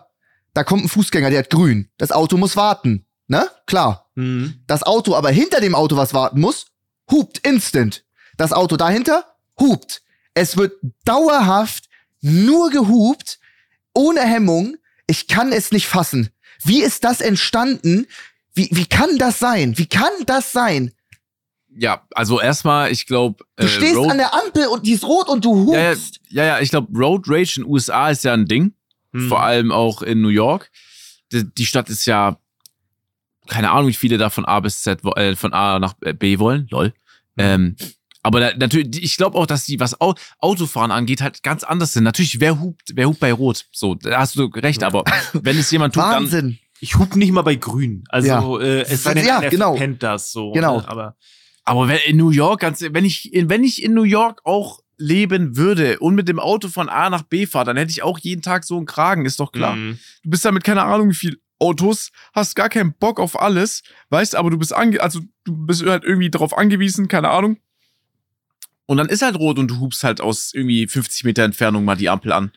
da kommt ein Fußgänger, der hat grün. Das Auto muss warten. Ne? Klar. Das Auto aber hinter dem Auto, was warten muss, hupt instant. Das Auto dahinter hupt. Es wird dauerhaft nur gehupt, ohne Hemmung. Ich kann es nicht fassen. Wie ist das entstanden? Wie kann das sein? Wie kann das sein? Ja, also erstmal, ich glaube, du stehst an der Ampel und die ist rot und du hupst. Ja, ich glaube, Road Rage in den USA ist ja ein Ding. Vor allem auch in New York. Die Stadt ist ja, keine Ahnung, wie viele da von A bis Z, von A nach B wollen. Lol. Aber natürlich, ich glaube auch, dass die, was Autofahren angeht, halt ganz anders sind. Natürlich, wer hupt bei Rot? So, da hast du recht, aber wenn es jemand tut, Wahnsinn. dann. Ich hup nicht mal bei Grün. Also, es sei denn, genau. kennt das so. Genau. Aber in New York, wenn ich in New York auch leben würde und mit dem Auto von A nach B fahre, dann hätte ich auch jeden Tag so einen Kragen, ist doch klar. Du bist damit keine Ahnung, wie viel Autos, hast gar keinen Bock auf alles, weißt, aber du bist halt irgendwie darauf angewiesen, keine Ahnung. Und dann ist halt rot und du hupst halt aus irgendwie 50 Meter Entfernung mal die Ampel an.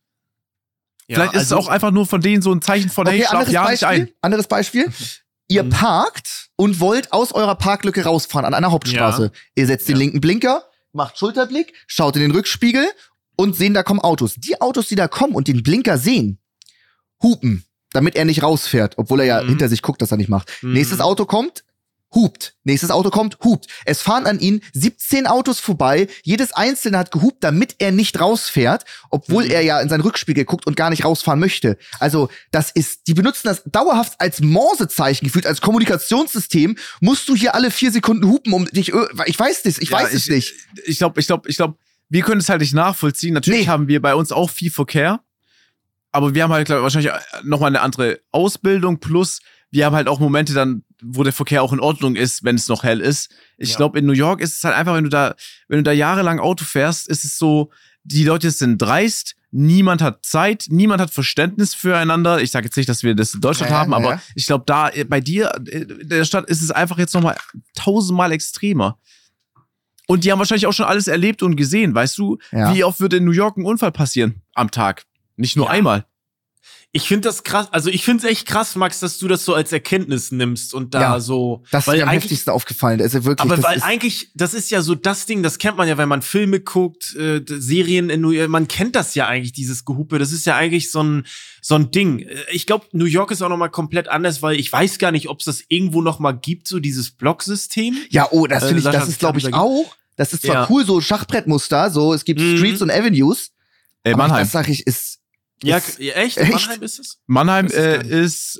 Ja, vielleicht ist es auch einfach nur von denen so ein Zeichen von, hey, schlaf ja nicht ein. Anderes Beispiel. Ihr parkt und wollt aus eurer Parklücke rausfahren an einer Hauptstraße. Ja. Ihr setzt den linken Blinker, macht Schulterblick, schaut in den Rückspiegel und sehen, da kommen Autos. Die Autos, die da kommen und den Blinker sehen, hupen, damit er nicht rausfährt, obwohl er ja hinter sich guckt, dass er nicht macht. Nächstes Auto kommt, hupt. Nächstes Auto kommt, hupt. Es fahren an ihn 17 Autos vorbei. Jedes einzelne hat gehupt, damit er nicht rausfährt, obwohl er ja in seinen Rückspiegel guckt und gar nicht rausfahren möchte. Also, die benutzen das dauerhaft als Morsezeichen gefühlt, als Kommunikationssystem. Musst du hier alle 4 Sekunden hupen, um dich, ich weiß es nicht. Ich glaube, wir können es halt nicht nachvollziehen. Natürlich haben wir bei uns auch viel Verkehr. Aber wir haben halt wahrscheinlich nochmal eine andere Ausbildung, plus wir haben halt auch Momente dann, wo der Verkehr auch in Ordnung ist, wenn es noch hell ist. Ich glaube, in New York ist es halt einfach, wenn du da jahrelang Auto fährst, ist es so, die Leute sind dreist, niemand hat Zeit, niemand hat Verständnis füreinander. Ich sage jetzt nicht, dass wir das in Deutschland haben, aber ich glaube, da bei dir in der Stadt ist es einfach jetzt nochmal 1000-mal extremer. Und die haben wahrscheinlich auch schon alles erlebt und gesehen, weißt du? Ja. Wie oft wird in New York ein Unfall passieren am Tag? Nicht nur einmal. Ich finde das krass, also ich finde es echt krass, Max, dass du das so als Erkenntnis nimmst und da so. Das ist mir am heftigsten aufgefallen. Also wirklich, aber das ist ja so das Ding, das kennt man ja, wenn man Filme guckt, Serien in New York, man kennt das ja eigentlich, dieses Gehupe. Das ist ja eigentlich so ein Ding. Ich glaube, New York ist auch noch mal komplett anders, weil ich weiß gar nicht, ob es das irgendwo noch mal gibt, so dieses Blocksystem. Ja, das finde ich, das ist glaube ich auch. Das ist zwar cool, so Schachbrettmuster, so es gibt Streets und Avenues. Mannheim. Das sag ich ist. Ja, echt? Mannheim ist es? Mannheim ist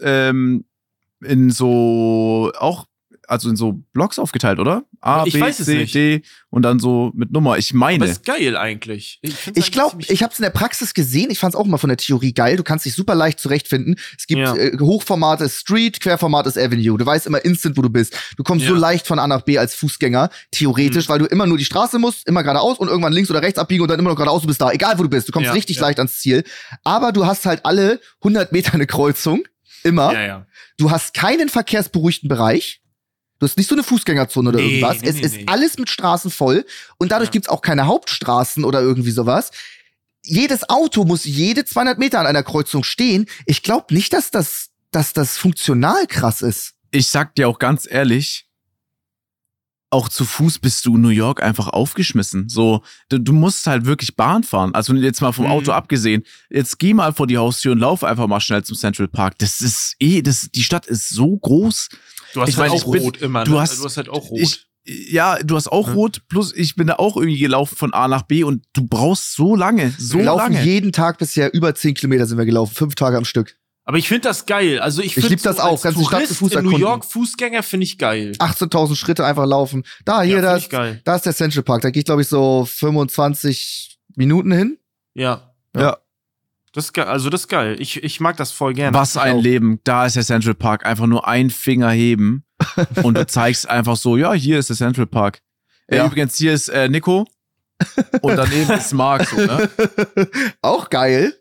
in so Blocks aufgeteilt, oder? A, B, C, D und dann so mit Nummer. Ich meine. Aber ist geil eigentlich. Ich glaube, ich habe es in der Praxis gesehen. Ich fand es auch mal von der Theorie geil. Du kannst dich super leicht zurechtfinden. Es gibt Hochformat ist Street, Querformat ist Avenue. Du weißt immer instant, wo du bist. Du kommst so leicht von A nach B als Fußgänger, theoretisch, weil du immer nur die Straße musst, immer geradeaus und irgendwann links oder rechts abbiegen und dann immer noch geradeaus, du bist da. Egal, wo du bist. Du kommst richtig leicht ans Ziel. Aber du hast halt alle 100 Meter eine Kreuzung. Immer. Ja. Du hast keinen verkehrsberuhigten Bereich. Du hast nicht so eine Fußgängerzone oder irgendwas. Es ist alles mit Straßen voll. Und dadurch gibt's auch keine Hauptstraßen oder irgendwie sowas. Jedes Auto muss jede 200 Meter an einer Kreuzung stehen. Ich glaube nicht, dass das funktional krass ist. Ich sag dir auch ganz ehrlich, auch zu Fuß bist du in New York einfach aufgeschmissen. So, du musst halt wirklich Bahn fahren. Also jetzt mal vom Auto abgesehen. Jetzt geh mal vor die Haustür und lauf einfach mal schnell zum Central Park. Die Stadt ist so groß. Du hast halt auch rot immer. Du hast halt auch rot. Du hast auch rot. Plus ich bin da auch irgendwie gelaufen von A nach B und du brauchst so lange. Wir laufen jeden Tag bisher über 10 Kilometer sind wir gelaufen. 5 Tage am Stück. Aber ich finde das geil. Also ich liebe das auch. Ganze Stadt zu Fuß in New York Fußgänger finde ich geil. 18.000 Schritte einfach laufen. Da ist der Central Park. Da geht, glaube ich, so 25 Minuten hin. Ja. Das ist geil. Also das ist geil. Ich mag das voll gerne. Was ein Leben. Da ist der Central Park. Einfach nur ein Finger heben und du zeigst einfach so, ja, hier ist der Central Park. Übrigens, hier ist Nico und daneben ist Marc. So, ne? Auch geil.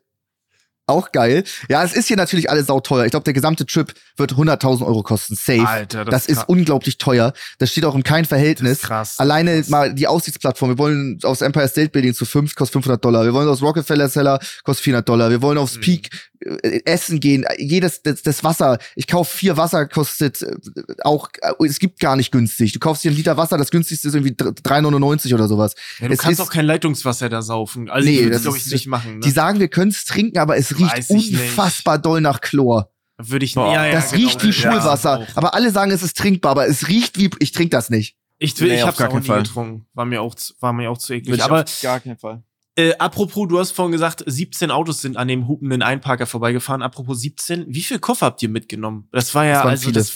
Ja, es ist hier natürlich alles sauteuer. Ich glaube, der gesamte Trip wird 100.000 Euro kosten. Safe. Alter, das ist unglaublich teuer. Das steht auch in keinem Verhältnis. Krass. Alleine mal die Aussichtsplattform. Wir wollen aufs Empire State Building zu 5, kostet $500. Wir wollen aufs Rockefeller Center, kostet $400. Wir wollen aufs Peak Essen gehen, das Wasser. Ich kaufe 4 Wasser, kostet auch, es gibt gar nicht günstig. Du kaufst dir 1 Liter Wasser, das günstigste ist irgendwie 3,99 oder sowas. Ja, du kannst auch kein Leitungswasser da saufen. Also nee, ich würde das glaube ich nicht machen. Ne? Die sagen, wir können es trinken, aber es riecht unfassbar doll nach Chlor. Würde ich das riecht wie Schulwasser. Aber alle sagen, es ist trinkbar, aber es riecht wie, ich trinke das nicht. Ich hab's auch nie getrunken. War mir auch zu eklig. Aber auf gar keinen Fall. Apropos, du hast vorhin gesagt, 17 Autos sind an dem hupenden Einparker vorbeigefahren. Apropos 17, wie viel Koffer habt ihr mitgenommen? Das war ja,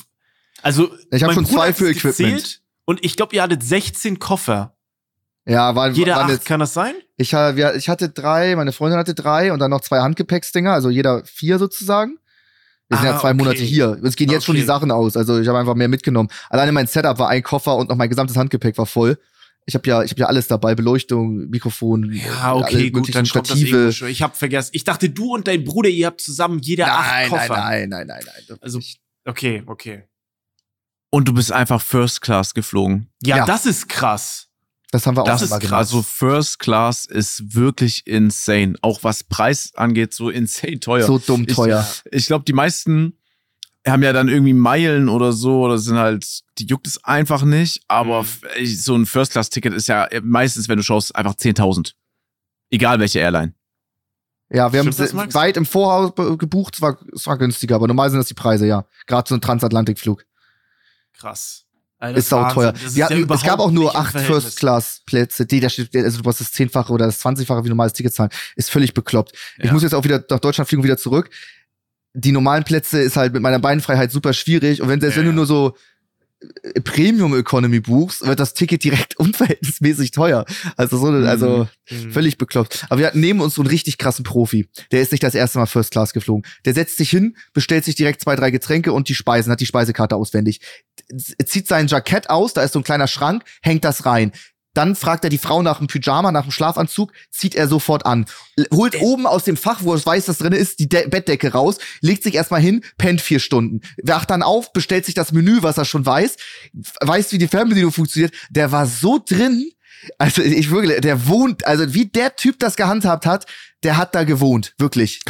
ich habe schon 2 für Equipment. Und ich glaube, ihr hattet 16 Koffer. Ja, jeder 8, kann das sein? Ich hatte 3, meine Freundin hatte 3 und dann noch 2 Handgepäcksdinger, also jeder 4 sozusagen. Wir sind ja 2 Monate hier. Es gehen jetzt schon die Sachen aus. Also ich habe einfach mehr mitgenommen. Alleine mein Setup war 1 Koffer und noch mein gesamtes Handgepäck war voll. Ich hab ja alles dabei, Beleuchtung, Mikrofon, ja, okay, gut, dann kommt Stative. Das schon. Ich habe vergessen. Ich dachte, du und dein Bruder, ihr habt zusammen jeder 8 Koffer. Nein. Also, okay. Und du bist einfach First Class geflogen. Ja, das ist krass. Das haben wir auch mal gemacht. Also First Class ist wirklich insane. Auch was Preis angeht, so insane teuer. So dumm teuer. Ich glaube, die meisten haben ja dann irgendwie Meilen oder so, oder sind halt, die juckt es einfach nicht. Aber so ein First-Class-Ticket ist ja meistens, wenn du schaust, einfach 10.000. Egal welche Airline. Ja, wir haben es weit im Voraus gebucht, es war günstiger, aber normal sind das die Preise, ja. Gerade so ein Transatlantikflug. Krass. Alter, ist auch teuer. Es gab auch nur 8 First-Class-Plätze. Also du musst das 10-fache oder das 20-fache wie normales Ticket zahlen. Ist völlig bekloppt. Ja. Ich muss jetzt auch wieder nach Deutschland fliegen und wieder zurück. Die normalen Plätze ist halt mit meiner Beinfreiheit super schwierig. Und wenn du nur so Premium Economy buchst, wird das Ticket direkt unverhältnismäßig teuer. Also völlig bekloppt. Aber wir hatten neben uns so einen richtig krassen Profi. Der ist nicht das erste Mal First Class geflogen. Der setzt sich hin, bestellt sich direkt 2, 3 Getränke und die Speisen, hat die Speisekarte auswendig. Zieht sein Jackett aus, da ist so ein kleiner Schrank, hängt das rein. Dann fragt er die Frau nach einem Pyjama, nach einem Schlafanzug, zieht er sofort an. Holt oben aus dem Fach, wo es weiß, dass drin ist, die Bettdecke raus, legt sich erstmal hin, pennt 4 Stunden. Wacht dann auf, bestellt sich das Menü, was er schon weiß, wie die Fernbedienung funktioniert. Der war so drin, also der wohnt, also wie der Typ das gehandhabt hat, der hat da gewohnt, wirklich.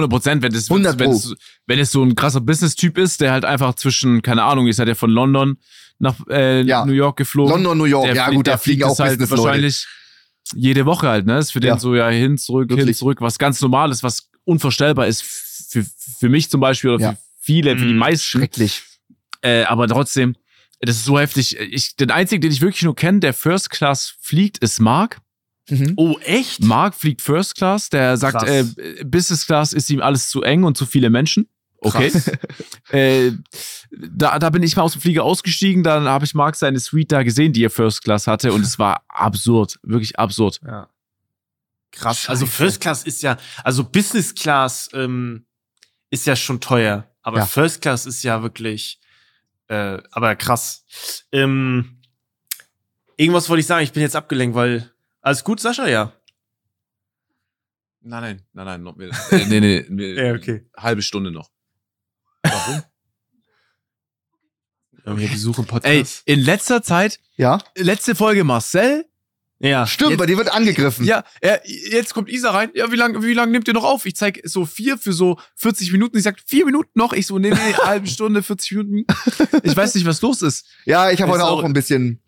100%, wenn es so ein krasser Business-Typ ist, der halt einfach zwischen, keine Ahnung, ich seid ja von London nach New York geflogen. London, New York, da fliegen auch halt wahrscheinlich jede Woche halt, ne? Ist für den so hin, zurück, was ganz Normales, was unvorstellbar ist für mich zum Beispiel oder für viele, für die meisten. Schrecklich. Aber trotzdem, das ist so heftig. Den einzigen, den ich wirklich nur kenne, der First Class fliegt, ist Mark. Oh, echt? Mark fliegt First Class, der sagt, Business Class ist ihm alles zu eng und zu viele Menschen. Okay. Da bin ich mal aus dem Flieger ausgestiegen, dann habe ich Mark seine Suite da gesehen, die er First Class hatte, und es war absurd, wirklich absurd. Ja. Krass. Scheiße. Also First Class ist ja, also Business Class ist ja schon teuer, aber First Class ist ja wirklich, aber krass. Irgendwas wollte ich sagen, ich bin jetzt abgelenkt, weil alles gut, Sascha, ja? Nein, noch nee, ja, okay. Halbe Stunde noch. Warum? Wir haben hier Besuch im Podcast. Ey, in letzter Zeit, letzte Folge Marcel. Ja, stimmt, jetzt, bei dir wird angegriffen. Ja, jetzt kommt Isa rein. Ja, wie lang nehmt ihr noch auf? Ich zeig so 4 für so 40 Minuten. Ich sag 4 Minuten noch. Ich so, nee, halbe Stunde, 40 Minuten. Ich weiß nicht, was los ist. Ja, ich habe heute auch ein bisschen,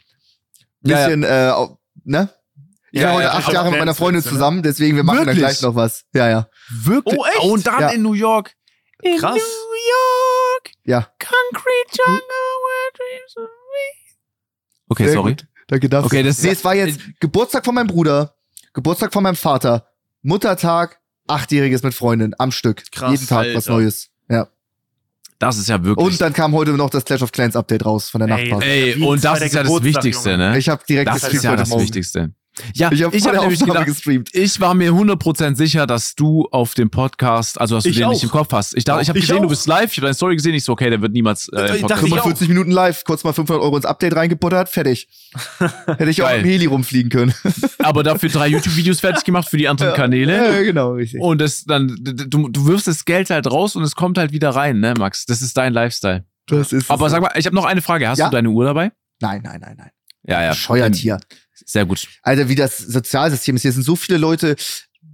ne? Ich war heute 8 Jahre mit meiner Freundin zusammen, deswegen wir machen dann gleich noch was. Ja. Wirklich? Oh, echt? Und dann in New York. Krass. In New York. Ja. Concrete jungle where dreams are made. Okay, sehr sorry. Gut. Danke dafür. Okay, es war jetzt Geburtstag von meinem Bruder, Geburtstag von meinem Vater, Muttertag, 8-Jähriges mit Freundin am Stück. Krass, jeden Tag was Neues. Ja. Das ist ja wirklich. Und dann kam heute noch das Clash of Clans Update raus von der Nachtpause. Ey, und das ist ja das Wichtigste, ne? Ich habe direkt das ist ja das Wichtigste. Ja, ich hab nämlich gedacht, gestreamt. Ich war mir 100% sicher, dass du auf dem Podcast, also dass du den nicht im Kopf hast. Ich habe gesehen, du bist live, ich habe deine Story gesehen, ich so, okay, der wird niemals im Podcast. 45 Minuten live, kurz mal 500 € ins Update reingebuttert, fertig. Hätte ich auch im Heli rumfliegen können. Aber dafür 3 YouTube-Videos fertig gemacht für die anderen Kanäle. Ja, genau, richtig. Und das dann, du wirfst das Geld halt raus und es kommt halt wieder rein, ne, Max? Das ist dein Lifestyle. Das ist aber sag mal, ich habe noch eine Frage. Hast du deine Uhr dabei? Nein. Ja. Bescheuert hier. Sehr gut. Alter, wie das Sozialsystem ist. Hier sind so viele Leute,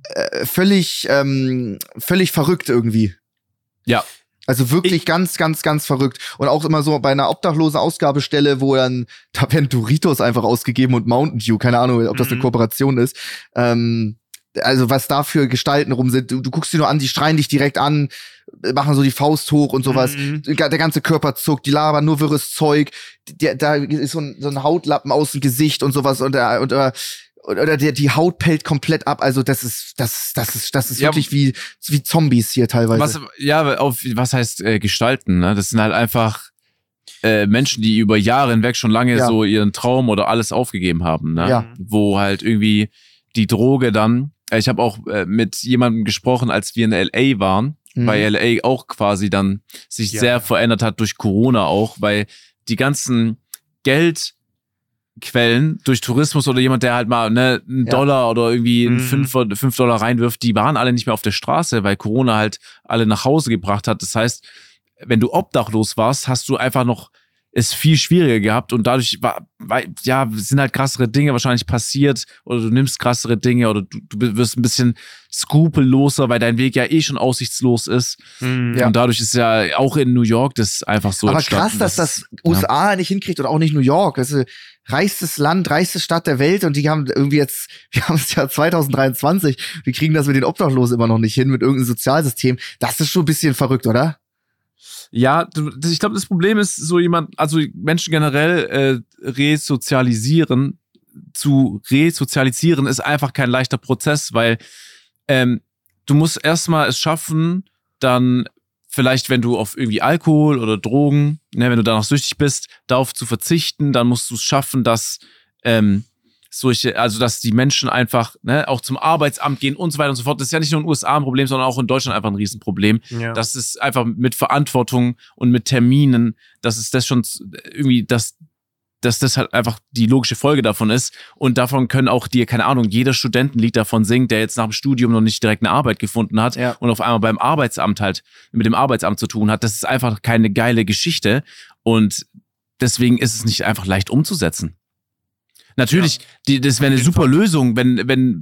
völlig verrückt irgendwie. Ja. Also wirklich ganz, ganz, ganz verrückt. Und auch immer so bei einer obdachlosen Ausgabestelle, wo dann, da werden Doritos einfach ausgegeben und Mountain Dew, keine Ahnung, ob das eine Kooperation ist. Also was da für Gestalten rum sind, du guckst dir nur an, die schreien dich direkt an, machen so die Faust hoch und sowas. Der ganze Körper zuckt, die labern nur wirres Zeug. Da ist so ein Hautlappen aus dem Gesicht und sowas oder die Haut pellt komplett ab. Also das ist wirklich wie Zombies hier teilweise. Was heißt gestalten, ne? Das sind halt einfach Menschen, die über Jahre hinweg schon lange so ihren Traum oder alles aufgegeben haben, ne? Ja. Wo halt irgendwie die Droge dann, ich habe auch mit jemandem gesprochen, als wir in L.A. waren, weil L.A. auch quasi dann sich sehr verändert hat durch Corona auch, weil die ganzen Geldquellen durch Tourismus oder jemand, der halt mal einen Dollar oder irgendwie einen 5 $5 reinwirft, die waren alle nicht mehr auf der Straße, weil Corona halt alle nach Hause gebracht hat. Das heißt, wenn du obdachlos warst, hast du einfach noch es viel schwieriger gehabt und dadurch sind halt krassere Dinge wahrscheinlich passiert oder du nimmst krassere Dinge oder du wirst ein bisschen skrupelloser, weil dein Weg ja eh schon aussichtslos ist. Und dadurch ist ja auch in New York das einfach so. Aber krass, dass das USA nicht hinkriegt oder auch nicht New York. Das ist reichstes Land, reichste Stadt der Welt und die haben irgendwie jetzt, wir haben es ja 2023, wir kriegen das mit den Obdachlosen immer noch nicht hin, mit irgendeinem Sozialsystem. Das ist schon ein bisschen verrückt, oder? Ja, ich glaube, das Problem ist so also Menschen generell resozialisieren ist einfach kein leichter Prozess, weil du musst erstmal es schaffen, dann vielleicht, wenn du auf irgendwie Alkohol oder Drogen, ne, wenn du danach süchtig bist, darauf zu verzichten, dann musst du es schaffen, dass dass die Menschen einfach auch zum Arbeitsamt gehen und so weiter und so fort. Das ist ja nicht nur in den USA ein Problem, sondern auch in Deutschland einfach ein Riesenproblem. Ja. Das ist einfach mit Verantwortung und mit Terminen, dass es das schon irgendwie, dass das halt einfach die logische Folge davon ist. Und davon können auch keine Ahnung, jeder Studentenlied davon singt, der jetzt nach dem Studium noch nicht direkt eine Arbeit gefunden hat und auf einmal beim Arbeitsamt halt mit dem Arbeitsamt zu tun hat. Das ist einfach keine geile Geschichte. Und deswegen ist es nicht einfach leicht umzusetzen. Natürlich, das wäre eine super Lösung, wenn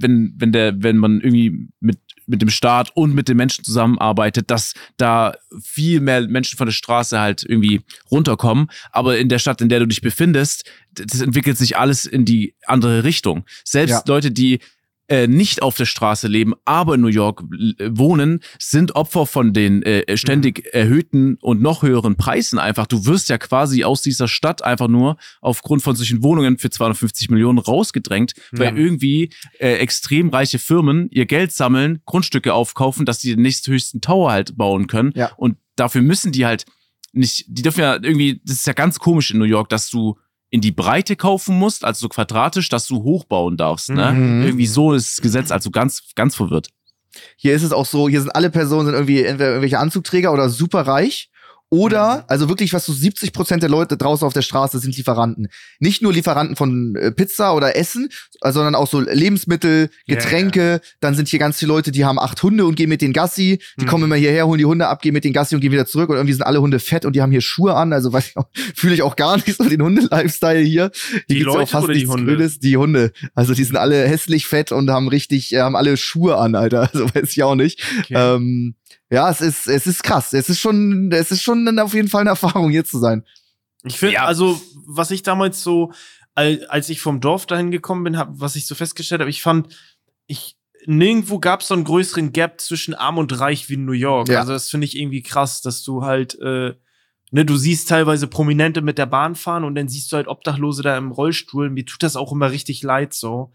man irgendwie mit dem Staat und mit den Menschen zusammenarbeitet, dass da viel mehr Menschen von der Straße halt irgendwie runterkommen. Aber in der Stadt, in der du dich befindest, das entwickelt sich alles in die andere Richtung. Selbst Leute, die nicht auf der Straße leben, aber in New York wohnen, sind Opfer von den ständig erhöhten und noch höheren Preisen einfach. Du wirst ja quasi aus dieser Stadt einfach nur aufgrund von solchen Wohnungen für 250 Millionen rausgedrängt, weil irgendwie extrem reiche Firmen ihr Geld sammeln, Grundstücke aufkaufen, dass sie den nächsthöchsten Tower halt bauen können. Ja. Und dafür müssen die halt nicht, die dürfen ja irgendwie, das ist ja ganz komisch in New York, dass du in die Breite kaufen musst, also so quadratisch, dass du hochbauen darfst. Ne? Irgendwie so ist das Gesetz also ganz, ganz verwirrt. Hier ist es auch so, hier sind alle Personen sind irgendwie entweder irgendwelche Anzugträger oder super reich. Oder, also wirklich, was so 70% der Leute draußen auf der Straße sind Lieferanten. Nicht nur Lieferanten von Pizza oder Essen, sondern auch so Lebensmittel, Getränke. Dann sind hier ganz viele Leute, die haben 8 Hunde und gehen mit den Gassi. Die kommen immer hierher, holen die Hunde ab, gehen mit den Gassi und gehen wieder zurück. Und irgendwie sind alle Hunde fett und die haben hier Schuhe an. Also fühle ich auch gar nicht so den Hunde-Lifestyle hier. Die Leute ja oder die Hunde? Blödes. Die Hunde. Also die sind alle hässlich fett und haben alle Schuhe an, Alter. Also weiß ich auch nicht. Okay. Ja, es ist krass. Es ist schon auf jeden Fall eine Erfahrung, hier zu sein. Ich finde, also, was ich damals so, als ich vom Dorf dahin gekommen bin, was ich so festgestellt habe, ich fand, nirgendwo gab es so einen größeren Gap zwischen Arm und Reich wie in New York. Ja. Also, das finde ich irgendwie krass, dass du halt, du siehst teilweise Prominente mit der Bahn fahren und dann siehst du halt Obdachlose da im Rollstuhl. Mir tut das auch immer richtig leid, so.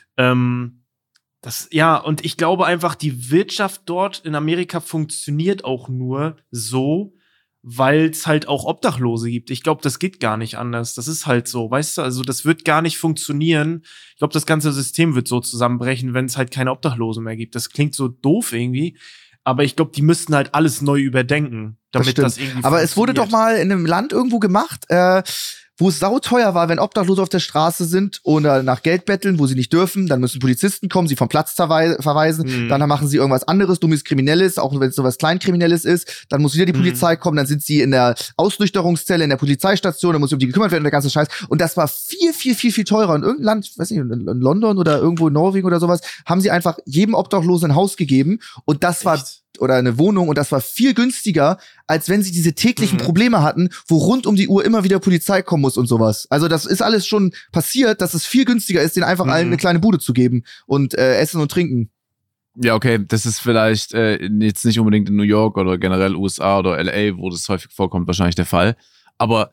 Und ich glaube einfach, die Wirtschaft dort in Amerika funktioniert auch nur so, weil es halt auch Obdachlose gibt. Ich glaube, das geht gar nicht anders. Das ist halt so, weißt du? Also das wird gar nicht funktionieren. Ich glaube, das ganze System wird so zusammenbrechen, wenn es halt keine Obdachlosen mehr gibt. Das klingt so doof irgendwie, aber ich glaube, die müssten halt alles neu überdenken, damit das irgendwie Aber es wurde doch mal in einem Land irgendwo gemacht, wo es sauteuer war, wenn Obdachlose auf der Straße sind oder nach Geld betteln, wo sie nicht dürfen, dann müssen Polizisten kommen, sie vom Platz verweisen, dann machen sie irgendwas anderes, dummes Kriminelles, auch wenn es sowas Kleinkriminelles ist, dann muss wieder die Polizei kommen, dann sind sie in der Ausnüchterungszelle, in der Polizeistation, dann muss um die gekümmert werden, der ganze Scheiß. Und das war viel, viel, viel, viel teurer. In irgendeinem Land, weiß nicht, in London oder irgendwo in Norwegen oder sowas, haben sie einfach jedem Obdachlosen ein Haus gegeben und das war oder eine Wohnung und das war viel günstiger, als wenn sie diese täglichen Probleme hatten, wo rund um die Uhr immer wieder Polizei kommen muss und sowas. Also das ist alles schon passiert, dass es viel günstiger ist, denen einfach allen eine kleine Bude zu geben und Essen und Trinken. Ja, okay, das ist vielleicht jetzt nicht unbedingt in New York oder generell USA oder LA, wo das häufig vorkommt, wahrscheinlich der Fall. Aber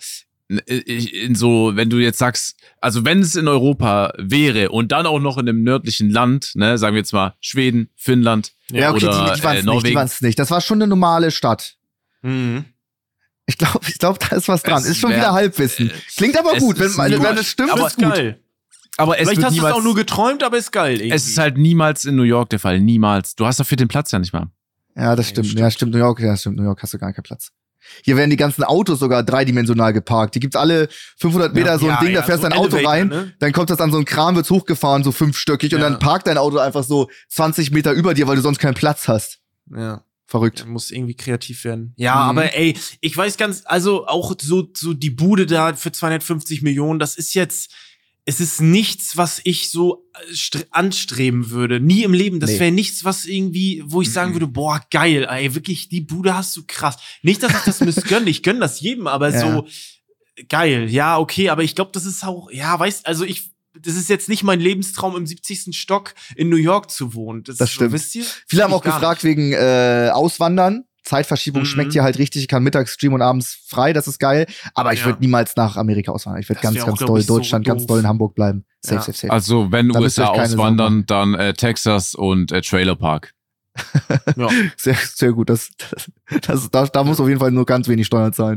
wenn du jetzt sagst, also wenn es in Europa wäre und dann auch noch in einem nördlichen Land, ne, sagen wir jetzt mal Schweden, Finnland okay, oder Norwegen. Die waren's nicht. Das war schon eine normale Stadt. Ich glaube, da ist was dran. Ist schon wieder Halbwissen. Klingt aber gut, wenn es stimmt, aber ist gut. Geil. Aber es Vielleicht hast du es niemals, auch nur geträumt, aber ist geil. Irgendwie. Es ist halt niemals in New York der Fall. Niemals. Du hast dafür den Platz ja nicht mal. Ja, das stimmt. Ja, stimmt. New York hast du gar keinen Platz. Hier werden die ganzen Autos sogar dreidimensional geparkt. Die gibt's alle 500 Meter so ein Ding, da fährst dein Auto rein, ne? Dann kommt das an so einen Kran, wird's hochgefahren, so 5-stöckig und dann parkt dein Auto einfach so 20 Meter über dir, weil du sonst keinen Platz hast. Ja. Verrückt. Muss irgendwie kreativ werden. Ja, aber ey, ich weiß also auch so die Bude da für 250 Millionen, das ist jetzt, es ist nichts, was ich so anstreben würde. Nie im Leben. Das wäre nichts, was irgendwie, wo ich sagen würde, boah, geil, ey, wirklich, die Bude hast du krass. Nicht, dass ich das missgönne, ich gönne das jedem, aber so geil. Ja, okay, aber ich glaube, das ist auch, das ist jetzt nicht mein Lebenstraum, im 70. Stock in New York zu wohnen. Das stimmt. So, wisst ihr? Viele haben auch gefragt wegen Auswandern. Zeitverschiebung schmeckt hier halt richtig. Ich kann mittags streamen und abends frei, das ist geil. Aber ich würde niemals nach Amerika auswandern. Ich würde ganz doll in Deutschland, ganz doll in Hamburg bleiben. Safe. Also wenn USA auswandern, dann Texas und Trailer Park. Ja. Sehr, sehr gut. Da muss auf jeden Fall nur ganz wenig Steuern zahlen.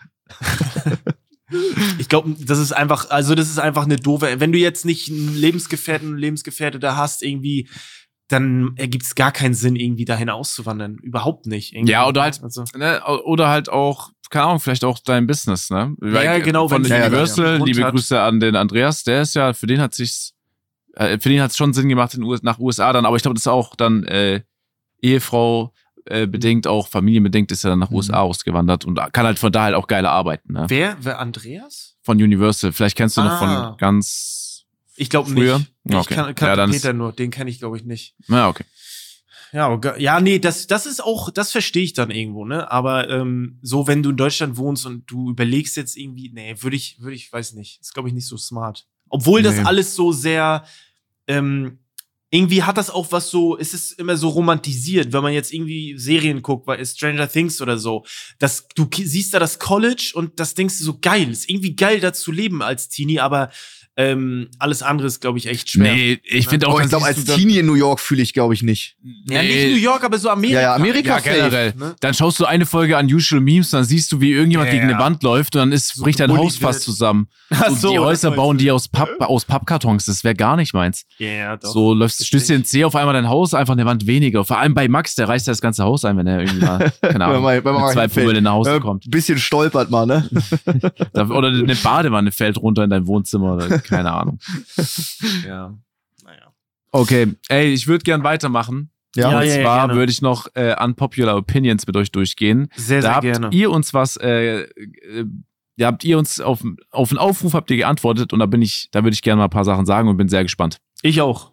Ich glaube, das ist einfach eine doofe, wenn du jetzt nicht einen Lebensgefährte da hast, irgendwie, dann ergibt es gar keinen Sinn, irgendwie dahin auszuwandern. Überhaupt nicht. Irgendwie. Ja, oder halt auch, keine Ahnung, vielleicht auch dein Business, ne? Ja, genau. Von Universal, liebe Grüße an den Andreas, der ist ja, für den hat es schon Sinn gemacht, nach USA dann, aber ich glaube, das ist auch dann Ehefrau bedingt, auch familienbedingt ist er dann nach USA ausgewandert und kann halt von da halt auch geile arbeiten, ne? Wer Andreas? Von Universal, vielleicht kennst du noch von ganz Ich glaube nicht. Ich kannte Peter nur, den kenne ich glaube ich nicht. Ja, okay. Ja, nee, das ist auch, das verstehe ich dann irgendwo, ne? Aber so, wenn du in Deutschland wohnst und du überlegst jetzt irgendwie, nee, würde ich, weiß nicht. Ist, glaube ich, nicht so smart. Obwohl das alles so sehr, irgendwie hat das auch was so, es ist immer so romantisiert, wenn man jetzt irgendwie Serien guckt, bei Stranger Things oder so. Du siehst da das College und das denkst du so geil. Ist irgendwie geil, da zu leben als Teenie, aber alles andere ist, glaube ich, echt schwer. Nee, ich finde auch, ich glaube, als Teenie in New York fühle ich, glaube ich, nicht. Ja, nicht New York, aber so Amerika. Ja, Amerika generell. Ne? Dann schaust du eine Folge an Usual Memes, dann siehst du, wie irgendjemand gegen eine Wand läuft und dann bricht dein Haus fast zusammen. Und die Häuser bauen die aus Pappkartons. Das wäre gar nicht meins. Ja, doch. So stößt dir in C auf einmal dein Haus, einfach eine Wand weniger. Vor allem bei Max, der reißt ja das ganze Haus ein, wenn er irgendwie mal, keine Ahnung, mit 2 Promille nach Hause kommt. Ein bisschen stolpert mal, ne? Oder eine Badewanne fällt runter in dein Wohnzimmer oder keine Ahnung. Ja, naja. Okay, ey, ich würde gern weitermachen. Ja, und zwar würde ich noch Unpopular Opinions mit euch durchgehen. Sehr, sehr gerne. Ihr uns was, habt ihr uns auf einen Aufruf habt ihr geantwortet und da würde ich gerne mal ein paar Sachen sagen und bin sehr gespannt. Ich auch.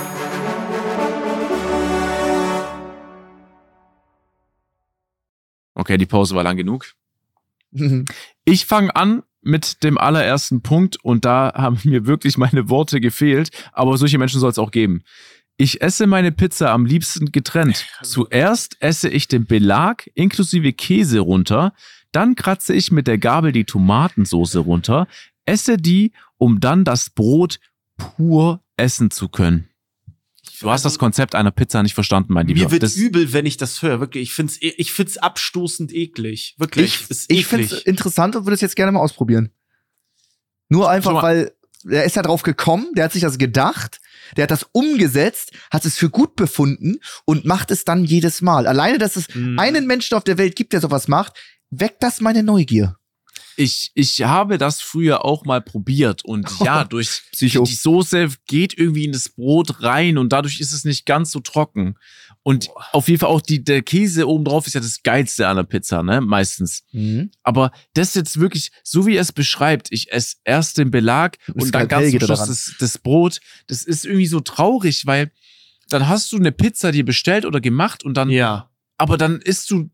Okay, die Pause war lang genug. Ich fange an mit dem allerersten Punkt und da haben mir wirklich meine Worte gefehlt, aber solche Menschen soll es auch geben. Ich esse meine Pizza am liebsten getrennt. Zuerst esse ich den Belag inklusive Käse runter, dann kratze ich mit der Gabel die Tomatensoße runter, esse die, um dann das Brot pur essen zu können. Du hast das Konzept einer Pizza nicht verstanden, mein Lieber. Mir wird übel, wenn ich das höre. Wirklich, ich find's abstoßend eklig. Wirklich, ich find's interessant und würde es jetzt gerne mal ausprobieren. Nur einfach, weil er ist ja drauf gekommen, der hat sich das gedacht, der hat das umgesetzt, hat es für gut befunden und macht es dann jedes Mal. Alleine, dass es einen Menschen auf der Welt gibt, der sowas macht, weckt das meine Neugier. Ich habe das früher auch mal probiert und ja, durch Psycho. die Soße geht irgendwie in das Brot rein und dadurch ist es nicht ganz so trocken. Und auf jeden Fall auch der Käse oben drauf ist ja das Geilste an der Pizza, ne? Meistens. Aber das jetzt wirklich, so wie er es beschreibt, ich esse erst den Belag und dann ganz zum Schluss das Brot. Das ist irgendwie so traurig, weil dann hast du eine Pizza dir bestellt oder gemacht und dann aber dann isst du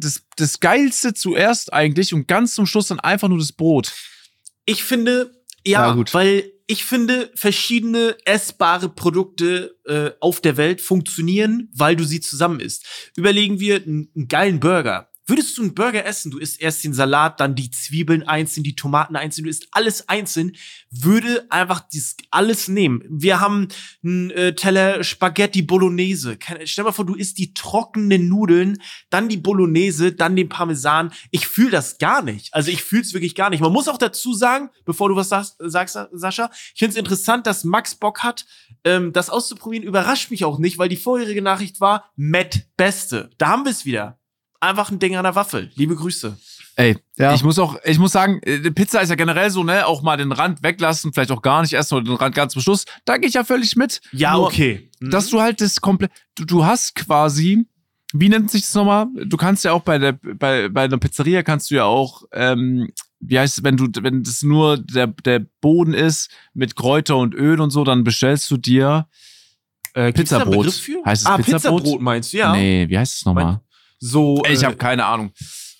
das Geilste zuerst eigentlich und ganz zum Schluss dann einfach nur das Brot. Ich finde, weil ich finde, verschiedene essbare Produkte auf der Welt funktionieren, weil du sie zusammen isst. Überlegen wir einen geilen Burger. Würdest du einen Burger essen, du isst erst den Salat, dann die Zwiebeln einzeln, die Tomaten einzeln, du isst alles einzeln, würde einfach dieses alles nehmen. Wir haben einen Teller Spaghetti Bolognese. Stell dir mal vor, du isst die trockenen Nudeln, dann die Bolognese, dann den Parmesan. Ich fühle das gar nicht. Also ich fühle es wirklich gar nicht. Man muss auch dazu sagen, bevor du was sagst, Sascha, ich finde es interessant, dass Max Bock hat, das auszuprobieren. Überrascht mich auch nicht, weil die vorherige Nachricht war, Matt Beste. Da haben wir es wieder. Einfach ein Ding an der Waffel. Liebe Grüße. Ey, ich muss sagen, Pizza ist ja generell so, ne, auch mal den Rand weglassen, vielleicht auch gar nicht essen oder den Rand ganz zum Schluss. Da gehe ich ja völlig mit. Ja, nur, okay. Dass du halt das komplett, du hast quasi, wie nennt sich das nochmal? Du kannst ja auch bei einer Pizzeria kannst du ja auch, wie heißt es, wenn das nur der Boden ist mit Kräuter und Öl und so, dann bestellst du dir Pizzabrot. Heißt es Pizzabrot meinst du, ja. Nee, wie heißt es nochmal? So, ich habe keine Ahnung.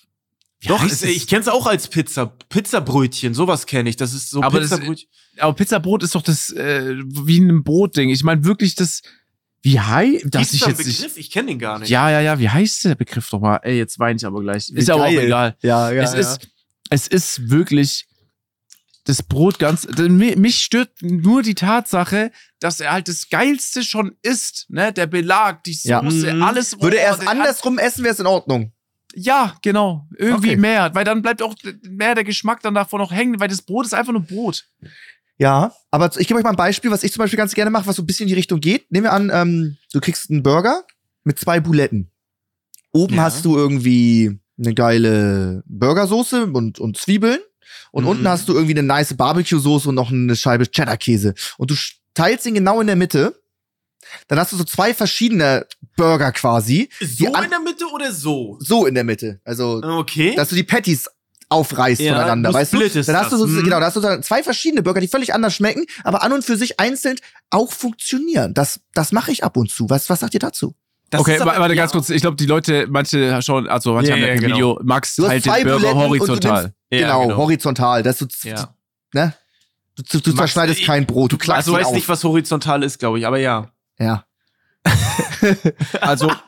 Doch, ich kenn's auch als Pizzabrötchen, sowas kenne ich. Das ist so Pizzabrötchen. Aber Pizzabrot ist doch das wie ein Brotding. Ich meine wirklich das wie heißt das ich jetzt Begriff? Ich kenne den gar nicht. Ja, wie heißt der Begriff doch mal? Ey, jetzt weine ich aber gleich. Ist aber auch egal. Ja. Es ist wirklich das Brot ganz. Mich stört nur die Tatsache, dass er halt das Geilste schon isst, ne? Der Belag, die Soße, alles. Würde er es andersrum essen, wäre es in Ordnung. Ja, genau. Irgendwie mehr. Weil dann bleibt auch mehr der Geschmack dann davon noch hängen, weil das Brot ist einfach nur Brot. Ja, aber ich gebe euch mal ein Beispiel, was ich zum Beispiel ganz gerne mache, was so ein bisschen in die Richtung geht. Nehmen wir an, du kriegst einen Burger mit 2 Buletten. Oben hast du irgendwie eine geile Burgersoße und Zwiebeln. Und unten hast du irgendwie eine nice Barbecue-Soße und noch eine Scheibe Cheddar-Käse. Und du teilst ihn genau in der Mitte. Dann hast du so 2 verschiedene Burger quasi. So in der Mitte oder so? So in der Mitte. Also, dass du die Patties aufreißt voneinander, weißt du? Dann hast du so, da hast du dann 2 verschiedene Burger, die völlig anders schmecken, aber an und für sich einzeln auch funktionieren. Das mache ich ab und zu. Was sagt ihr dazu? Okay, warte ganz kurz. Ich glaube, die Leute, manche haben ja kein Video. Max teilt den Burger horizontal. Genau, horizontal. Dass du, ne? Du zerschneidest kein Brot, du klackst ihn auf. Du weißt nicht, was horizontal ist, glaube ich, aber ja. Ja. Also,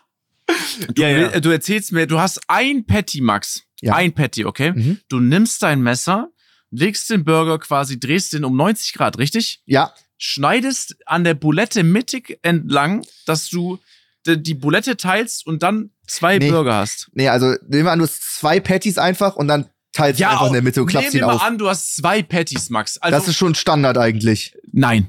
du erzählst mir, du hast ein Patty, Max. Ja. Ein Patty, okay? Du nimmst dein Messer, legst den Burger quasi, drehst den um 90 Grad, richtig? Ja. Schneidest an der Bulette mittig entlang, dass du die Bulette teilst und dann 2 Burger hast. Nee, also nehmen wir an, du hast 2 Patties einfach und dann teilst du einfach in der Mitte und klappst ihn auf. Nehmen wir mal an, du hast 2 Patties, Max. Also, das ist schon Standard eigentlich. Nein.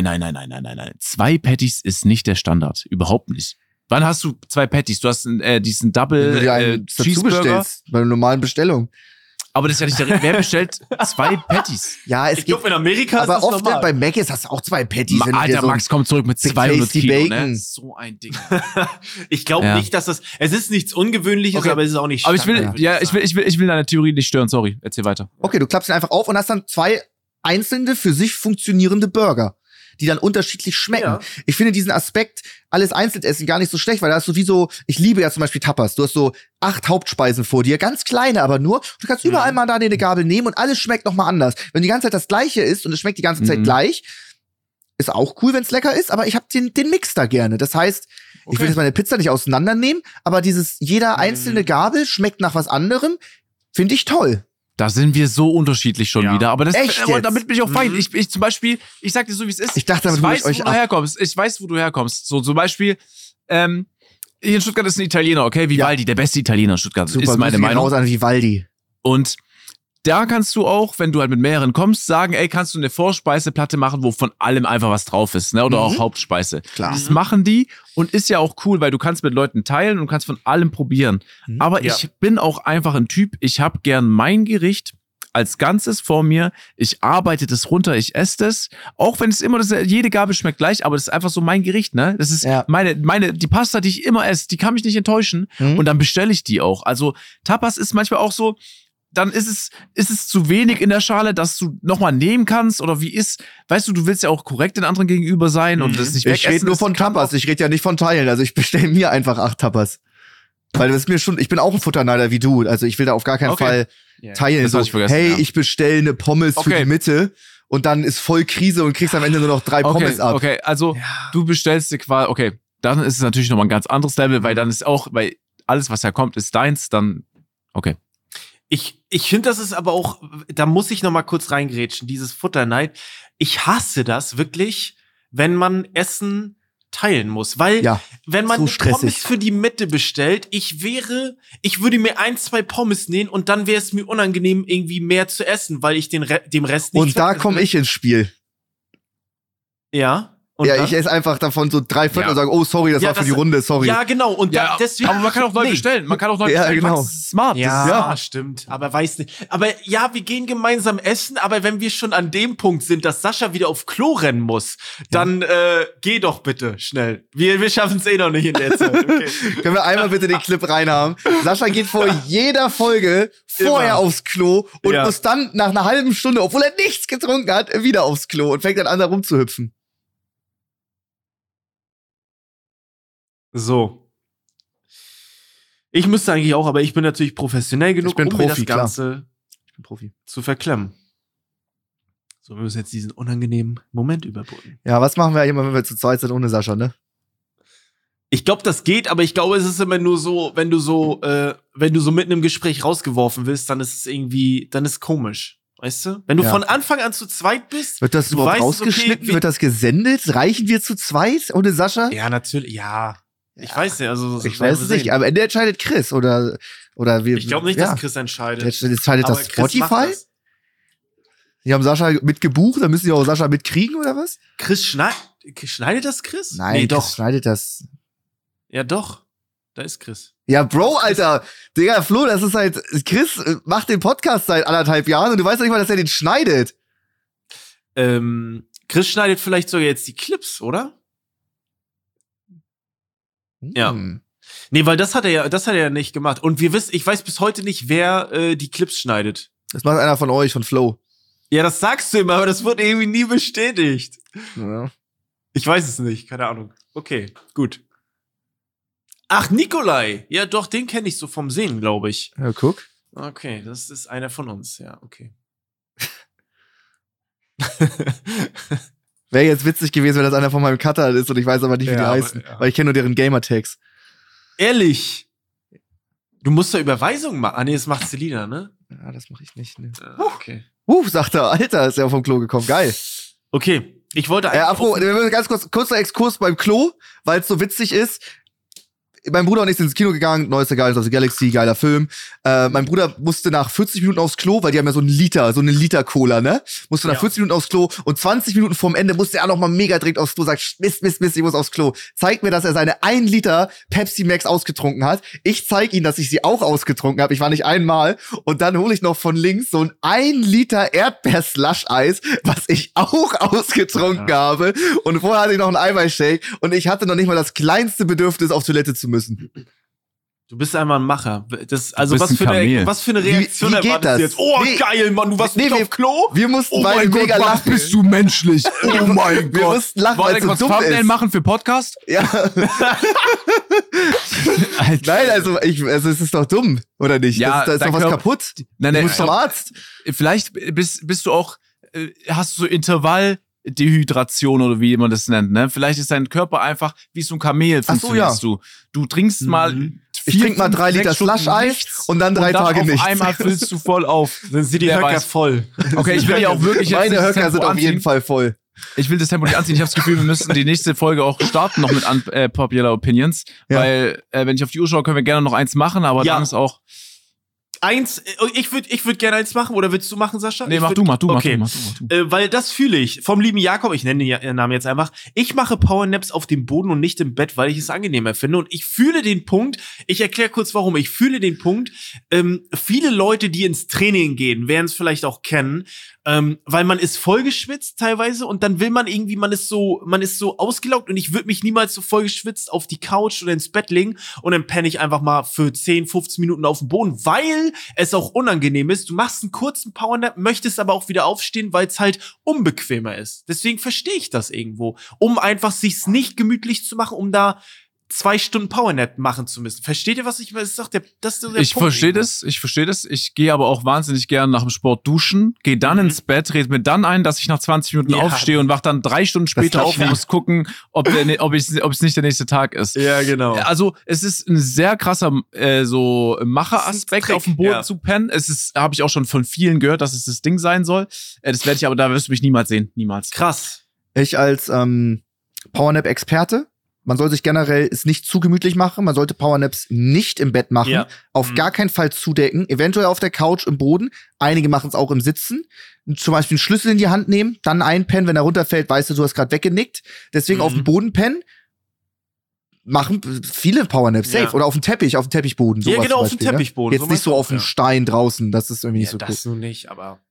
2 Patties ist nicht der Standard. Überhaupt nicht. Wann hast du 2 Patties? Du hast diesen Double Cheeseburger. Bei einer normalen Bestellung. Aber das ist ja nicht der Wer bestellt 2 Patties? Ja, ich glaube, in Amerika ist das normal. Aber oft bei Mc's hast du auch 2 Patties. Alter, Max kommt zurück mit 200 Kilo, ne? So ein Ding. Ich glaube nicht, dass es ist nichts Ungewöhnliches, aber es ist auch nicht Standard. Aber ich will deine Theorie nicht stören, sorry. Erzähl weiter. Okay, du klappst ihn einfach auf und hast dann 2 einzelne für sich funktionierende Burger, die dann unterschiedlich schmecken. Ja. Ich finde diesen Aspekt, alles einzeln essen, gar nicht so schlecht, weil da hast du ich liebe ja zum Beispiel Tapas. Du hast so 8 Hauptspeisen vor dir, ganz kleine aber nur. Du kannst überall mal da eine Gabel nehmen und alles schmeckt nochmal anders. Wenn die ganze Zeit das Gleiche ist und es schmeckt die ganze Zeit gleich, ist auch cool, wenn es lecker ist, aber ich habe den Mix da gerne. Das heißt, ich will jetzt meine Pizza nicht auseinandernehmen, aber jeder einzelne Gabel schmeckt nach was anderem, finde ich toll. Da sind wir so unterschiedlich schon wieder. Aber damit bin ich auch fein. Ich zum Beispiel, ich sag dir so, wie es ist. Ich dachte, ich weiß, wo du herkommst. So zum Beispiel, hier in Stuttgart ist ein Italiener, okay? Vivaldi, der beste Italiener in Stuttgart. Super, ist meine Meinung. Raus an Vivaldi. Und da kannst du auch, wenn du halt mit mehreren kommst, sagen, ey, kannst du eine Vorspeiseplatte machen, wo von allem einfach was drauf ist, ne? Oder auch Hauptspeise. Klar. Das machen die und ist ja auch cool, weil du kannst mit Leuten teilen und kannst von allem probieren. Aber ich bin auch einfach ein Typ, ich hab gern mein Gericht als Ganzes vor mir, ich arbeite das runter, ich esse das, auch wenn es immer, jede Gabel schmeckt gleich, aber das ist einfach so mein Gericht, ne? Das ist die Pasta, die ich immer esse, die kann mich nicht enttäuschen und dann bestelle ich die auch. Also Tapas ist manchmal auch so, dann ist es zu wenig in der Schale, dass du nochmal nehmen kannst oder weißt du, du willst ja auch korrekt den anderen gegenüber sein und das nicht wegessen. Ich rede nur von Tapas, ich rede ja nicht von Teilen, also ich bestelle mir einfach 8 Tapas. Weil das ist mir schon, ich bin auch ein Futterneider wie du, also ich will da auf gar keinen Fall teilen. So, ich bestelle eine Pommes für die Mitte und dann ist voll Krise und kriegst am Ende nur noch 3 Pommes ab. Okay, also du bestellst dir quasi, dann ist es natürlich nochmal ein ganz anderes Level, weil dann ist auch, weil alles, was da kommt, ist deins, dann, okay. Ich finde, das ist aber auch, da muss ich noch mal kurz reingrätschen, dieses Futterneid. Ich hasse das wirklich, wenn man Essen teilen muss, weil wenn man so Pommes für die Mitte bestellt, ich würde mir 1, 2 Pommes nehmen und dann wäre es mir unangenehm, irgendwie mehr zu essen, weil ich dem Rest nicht. Und da komme ich ins Spiel. Ja. Und ja, ich esse einfach davon so 3/4 und sage, oh, sorry, das war für die Runde, sorry. Ja, genau. Und deswegen. Aber man kann auch neu bestellen. Man kann auch neu bestellen. Genau. Das ist smart. Ja, stimmt. Aber weiß nicht. Aber ja, wir gehen gemeinsam essen, aber wenn wir schon an dem Punkt sind, dass Sascha wieder auf Klo rennen muss, dann geh doch bitte schnell. Wir schaffen es noch nicht in der Zeit. Okay. Können wir einmal bitte den Clip reinhaben? Sascha geht vor jeder Folge vorher aufs Klo und muss dann nach einer halben Stunde, obwohl er nichts getrunken hat, wieder aufs Klo und fängt dann an, da rumzuhüpfen. So. Ich müsste eigentlich auch, aber ich bin natürlich professionell genug, um mir das Ganze zu verklemmen. So, wir müssen jetzt diesen unangenehmen Moment überbrücken. Ja, was machen wir immer, wenn wir zu zweit sind ohne Sascha, ne? Ich glaube, das geht, aber ich glaube, es ist immer nur so, wenn du so mitten im Gespräch rausgeworfen wirst, dann ist es irgendwie, dann ist komisch. Weißt du? Wenn du von Anfang an zu zweit bist. Wird das überhaupt rausgeschnitten? Okay, wird das gesendet? Reichen wir zu zweit ohne Sascha? Ja, natürlich, ja. Ich weiß nicht, also. Ich weiß es nicht. Am Ende entscheidet Chris oder wir. Ich glaube nicht, dass Chris entscheidet. Entscheidet das Spotify? Die haben Sascha mitgebucht, dann müssen die auch Sascha mitkriegen oder was? Chris schneidet das Chris? Nein, nee, doch. Chris schneidet das. Ja, doch. Da ist Chris. Ja, Bro, Alter. Digga, Flo, das ist halt, Chris macht den Podcast seit 1,5 Jahren und du weißt doch nicht mal, dass er den schneidet. Chris schneidet vielleicht sogar jetzt die Clips, oder? Ja. Nee, weil das hat er ja nicht gemacht. Und ich weiß bis heute nicht, wer die Clips schneidet. Das macht einer von euch, von Flo. Ja, das sagst du immer, aber das wird irgendwie nie bestätigt. Ja. Ich weiß es nicht, keine Ahnung. Okay, gut. Ach, Nikolai. Ja, doch, den kenne ich so vom Sehen, glaube ich. Ja, guck. Okay, das ist einer von uns, ja, okay. Wäre jetzt witzig gewesen, wenn das einer von meinem Cutter ist und ich weiß aber nicht, wie die heißen. Weil ich kenne nur deren Gamertags. Ehrlich? Du musst da Überweisungen machen. Ah, nee, das macht Selina, ne? Ja, das mache ich nicht, ne. Okay. Sagt er. Alter, ist ja vom Klo gekommen. Geil. Okay, ich wollte eigentlich... ganz kurzer Exkurs beim Klo, weil es so witzig ist. Mein Bruder und ich sind ins Kino gegangen, neuester Guardians of the Galaxy, geiler Film. Mein Bruder musste nach 40 Minuten aufs Klo, weil die haben ja so eine Liter Cola, ne? Musste nach 40 Minuten aufs Klo und 20 Minuten vorm Ende musste er noch mal mega dringend aufs Klo, sagt, Mist, ich muss aufs Klo. Zeigt mir, dass er seine 1 Liter Pepsi Max ausgetrunken hat. Ich zeig ihm, dass ich sie auch ausgetrunken habe. Ich war nicht einmal. Und dann hole ich noch von links so ein 1 Liter Erdbeer-Slush-Eis, was ich auch ausgetrunken habe. Und vorher hatte ich noch einen Eiweißshake und ich hatte noch nicht mal das kleinste Bedürfnis, auf Toilette zu müssen. Du bist einmal ein Macher. Was für eine Reaktion erwartest du jetzt? Oh, nee, geil, Mann, du warst nicht auf Klo? Wir mussten beide mega lachen. Bist du menschlich? Oh mein Gott. Wir mussten lachen, weil es so dumm Thumbnail ist. machen für Podcast? Ja. Nein, also es ist doch dumm, oder nicht? Ja, da ist doch was kaputt. Nein, du musst zum Arzt. Vielleicht bist du auch, hast du so Intervalldehydration oder wie man das nennt, ne? Vielleicht ist dein Körper einfach wie so ein Kamel, funktionierst du. Du trinkst mal ich trinke mal 3 Liter Slush-Eis und dann 3 Tage nichts. Auf einmal füllst du voll auf. Dann sind die Höcker voll. Okay, ich will ja auch wirklich jetzt meine Höcker sind auf jeden Fall voll. Ich will das Tempo nicht anziehen. Ich habe das Gefühl, wir müssen die nächste Folge auch starten noch mit Popular Opinions. Ja. Weil, wenn ich auf die Uhr schaue, können wir gerne noch eins machen, aber dann ist auch... Ich würd gerne eins machen, oder willst du machen, Sascha? Nee, mach du. Weil das fühle ich. Vom lieben Jakob, ich nenne den Namen jetzt einfach. Ich mache Powernaps auf dem Boden und nicht im Bett, weil ich es angenehmer finde. Und ich fühle den Punkt, ich erkläre kurz warum, ich fühle den Punkt, viele Leute, die ins Training gehen, werden es vielleicht auch kennen, weil man ist vollgeschwitzt teilweise und dann will man irgendwie, man ist so ausgelaugt und ich würde mich niemals so vollgeschwitzt auf die Couch oder ins Bett legen und dann penne ich einfach mal für 10, 15 Minuten auf dem Boden, weil es auch unangenehm ist. Du machst einen kurzen Powernap, möchtest aber auch wieder aufstehen, weil es halt unbequemer ist. Deswegen verstehe ich das irgendwo, um einfach sich's nicht gemütlich zu machen, um da 2 Stunden Powernap machen zu müssen. Versteht ihr, was ich meine? Das ist doch der Punkt. Ich verstehe das. Ich gehe aber auch wahnsinnig gerne nach dem Sport duschen, gehe dann ins Bett, rede mir dann ein, dass ich nach 20 Minuten aufstehe und wach dann 3 Stunden später auf und muss gucken, ob es nicht der nächste Tag ist. Ja, genau. Also, es ist ein sehr krasser so Macheraspekt, auf dem Boden zu pennen. Habe ich auch schon von vielen gehört, dass es das Ding sein soll. Das werde ich aber, da wirst du mich niemals sehen. Niemals. Krass. Ich als Powernap-Experte, man soll sich generell es nicht zu gemütlich machen. Man sollte Powernaps nicht im Bett machen. Auf gar keinen Fall zudecken. Eventuell auf der Couch, im Boden. Einige machen es auch im Sitzen. Zum Beispiel einen Schlüssel in die Hand nehmen, dann einpennen. Wenn er runterfällt, weißt du hast gerade weggenickt. Deswegen auf dem Boden pennen. Machen viele Powernaps safe. Oder auf dem Teppichboden. Ja, genau, auf dem Teppichboden. Jetzt nicht so auf dem Stein draußen. Das ist irgendwie nicht so cool. Das so nicht, aber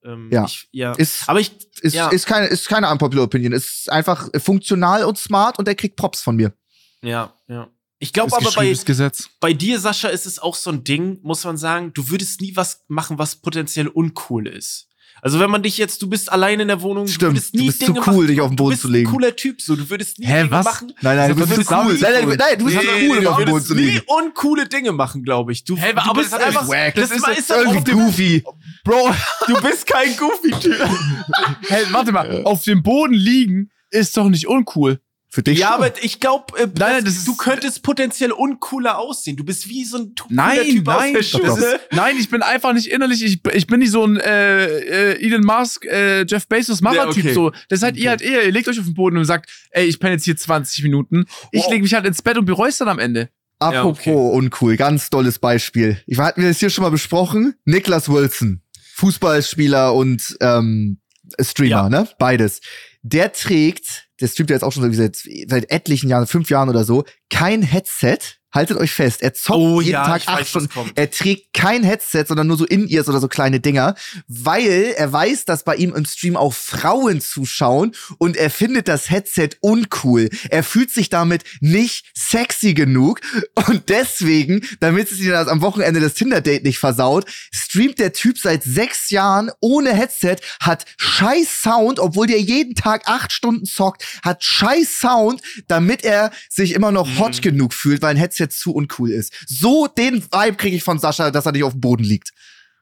ist keine unpopular Opinion. Ist einfach funktional und smart und der kriegt Props von mir. Ja. Ich glaube aber bei dir, Sascha, ist es auch so ein Ding, muss man sagen, du würdest nie was machen, was potenziell uncool ist. Also wenn man dich jetzt, du bist allein in der Wohnung, stimmt, du würdest nie du bist Dinge zu cool, machen, dich auf den Boden zu legen. Du bist ein cooler Typ, so, du würdest nie Dinge machen. Nein, du bist zu cool. Nein, du bist cool, dich auf den Boden zu legen. Nie uncoole Dinge machen, glaube ich. Du bist einfach wack. Das ist irgendwie goofy. Bro, du bist kein Goofy-Typ. Hey, warte mal, auf dem Boden liegen ist doch nicht uncool. Für dich ja, schon. aber ich glaube, du könntest potenziell uncooler aussehen. Du bist wie so ein cooler Typ aus der Schule. Nein, ich bin einfach nicht innerlich, ich bin nicht so ein Elon Musk, Jeff Bezos Macher-Typ. Okay. So. Das seid ihr halt eher. Ihr legt euch auf den Boden und sagt, ey, ich penne jetzt hier 20 Minuten. Ich lege mich halt ins Bett und bereue es dann am Ende. Apropos uncool, ganz tolles Beispiel. Hatten wir das hier schon mal besprochen? Niklas Wilson, Fußballspieler und Streamer, ne? Beides. Der streamt ja jetzt auch schon seit etlichen Jahren, 5 Jahren oder so, kein Headset. Haltet euch fest, er zockt jeden Tag 8 Stunden. Er trägt kein Headset, sondern nur so In-Ears oder so kleine Dinger, weil er weiß, dass bei ihm im Stream auch Frauen zuschauen und er findet das Headset uncool. Er fühlt sich damit nicht sexy genug und deswegen, damit es ihm das am Wochenende das Tinder-Date nicht versaut, streamt der Typ seit 6 Jahren ohne Headset, hat scheiß Sound, obwohl der jeden Tag 8 Stunden zockt, hat scheiß Sound, damit er sich immer noch hot genug fühlt, weil ein Headset zu uncool ist. So den Vibe kriege ich von Sascha, dass er nicht auf dem Boden liegt.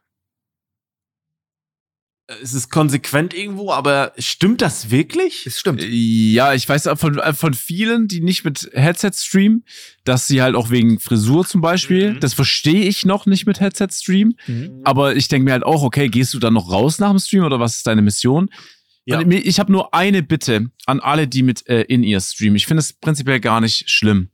Es ist konsequent irgendwo, aber stimmt das wirklich? Es stimmt. Ja, ich weiß von vielen, die nicht mit Headset streamen, dass sie halt auch wegen Frisur zum Beispiel, das verstehe ich noch nicht mit Headset streamen, aber ich denke mir halt auch, okay, gehst du dann noch raus nach dem Stream oder was ist deine Mission? Ja. Ich habe nur eine Bitte an alle, die mit In-Ear streamen. Ich finde es prinzipiell gar nicht schlimm.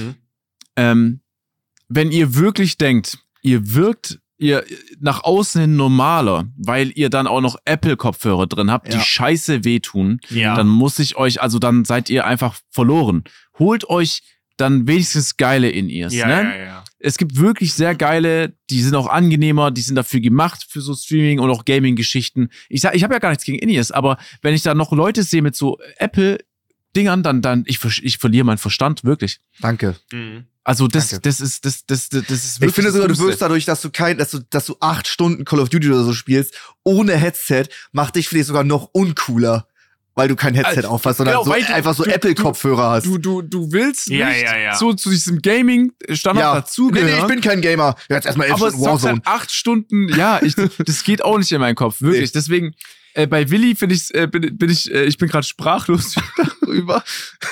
Wenn ihr wirklich denkt, ihr wirkt nach außen hin normaler, weil ihr dann auch noch Apple-Kopfhörer drin habt, die scheiße wehtun, dann muss ich euch, also dann seid ihr einfach verloren. Holt euch dann wenigstens geile In-Ears. Ja. Es gibt wirklich sehr geile, die sind auch angenehmer, die sind dafür gemacht, für so Streaming und auch Gaming-Geschichten. Ich habe ja gar nichts gegen In-Ears, aber wenn ich da noch Leute sehe mit so Apple-Dingern, dann ich verliere meinen Verstand, wirklich. Danke. Also das ist wirklich. Ich finde sogar, du wirst dadurch, dass du 8 Stunden Call of Duty oder so spielst, ohne Headset, macht dich vielleicht sogar noch uncooler. Weil du kein Headset aufhast, sondern einfach so Apple-Kopfhörer hast. Du willst nicht so zu diesem Gaming-Standard dazugehören. Nee, ich bin kein Gamer. Jetzt erstmal 11 Stunden Warzone. Halt 8 Stunden, das geht auch nicht in meinen Kopf, wirklich. Nee. Deswegen, bei Willi bin ich bin gerade sprachlos darüber.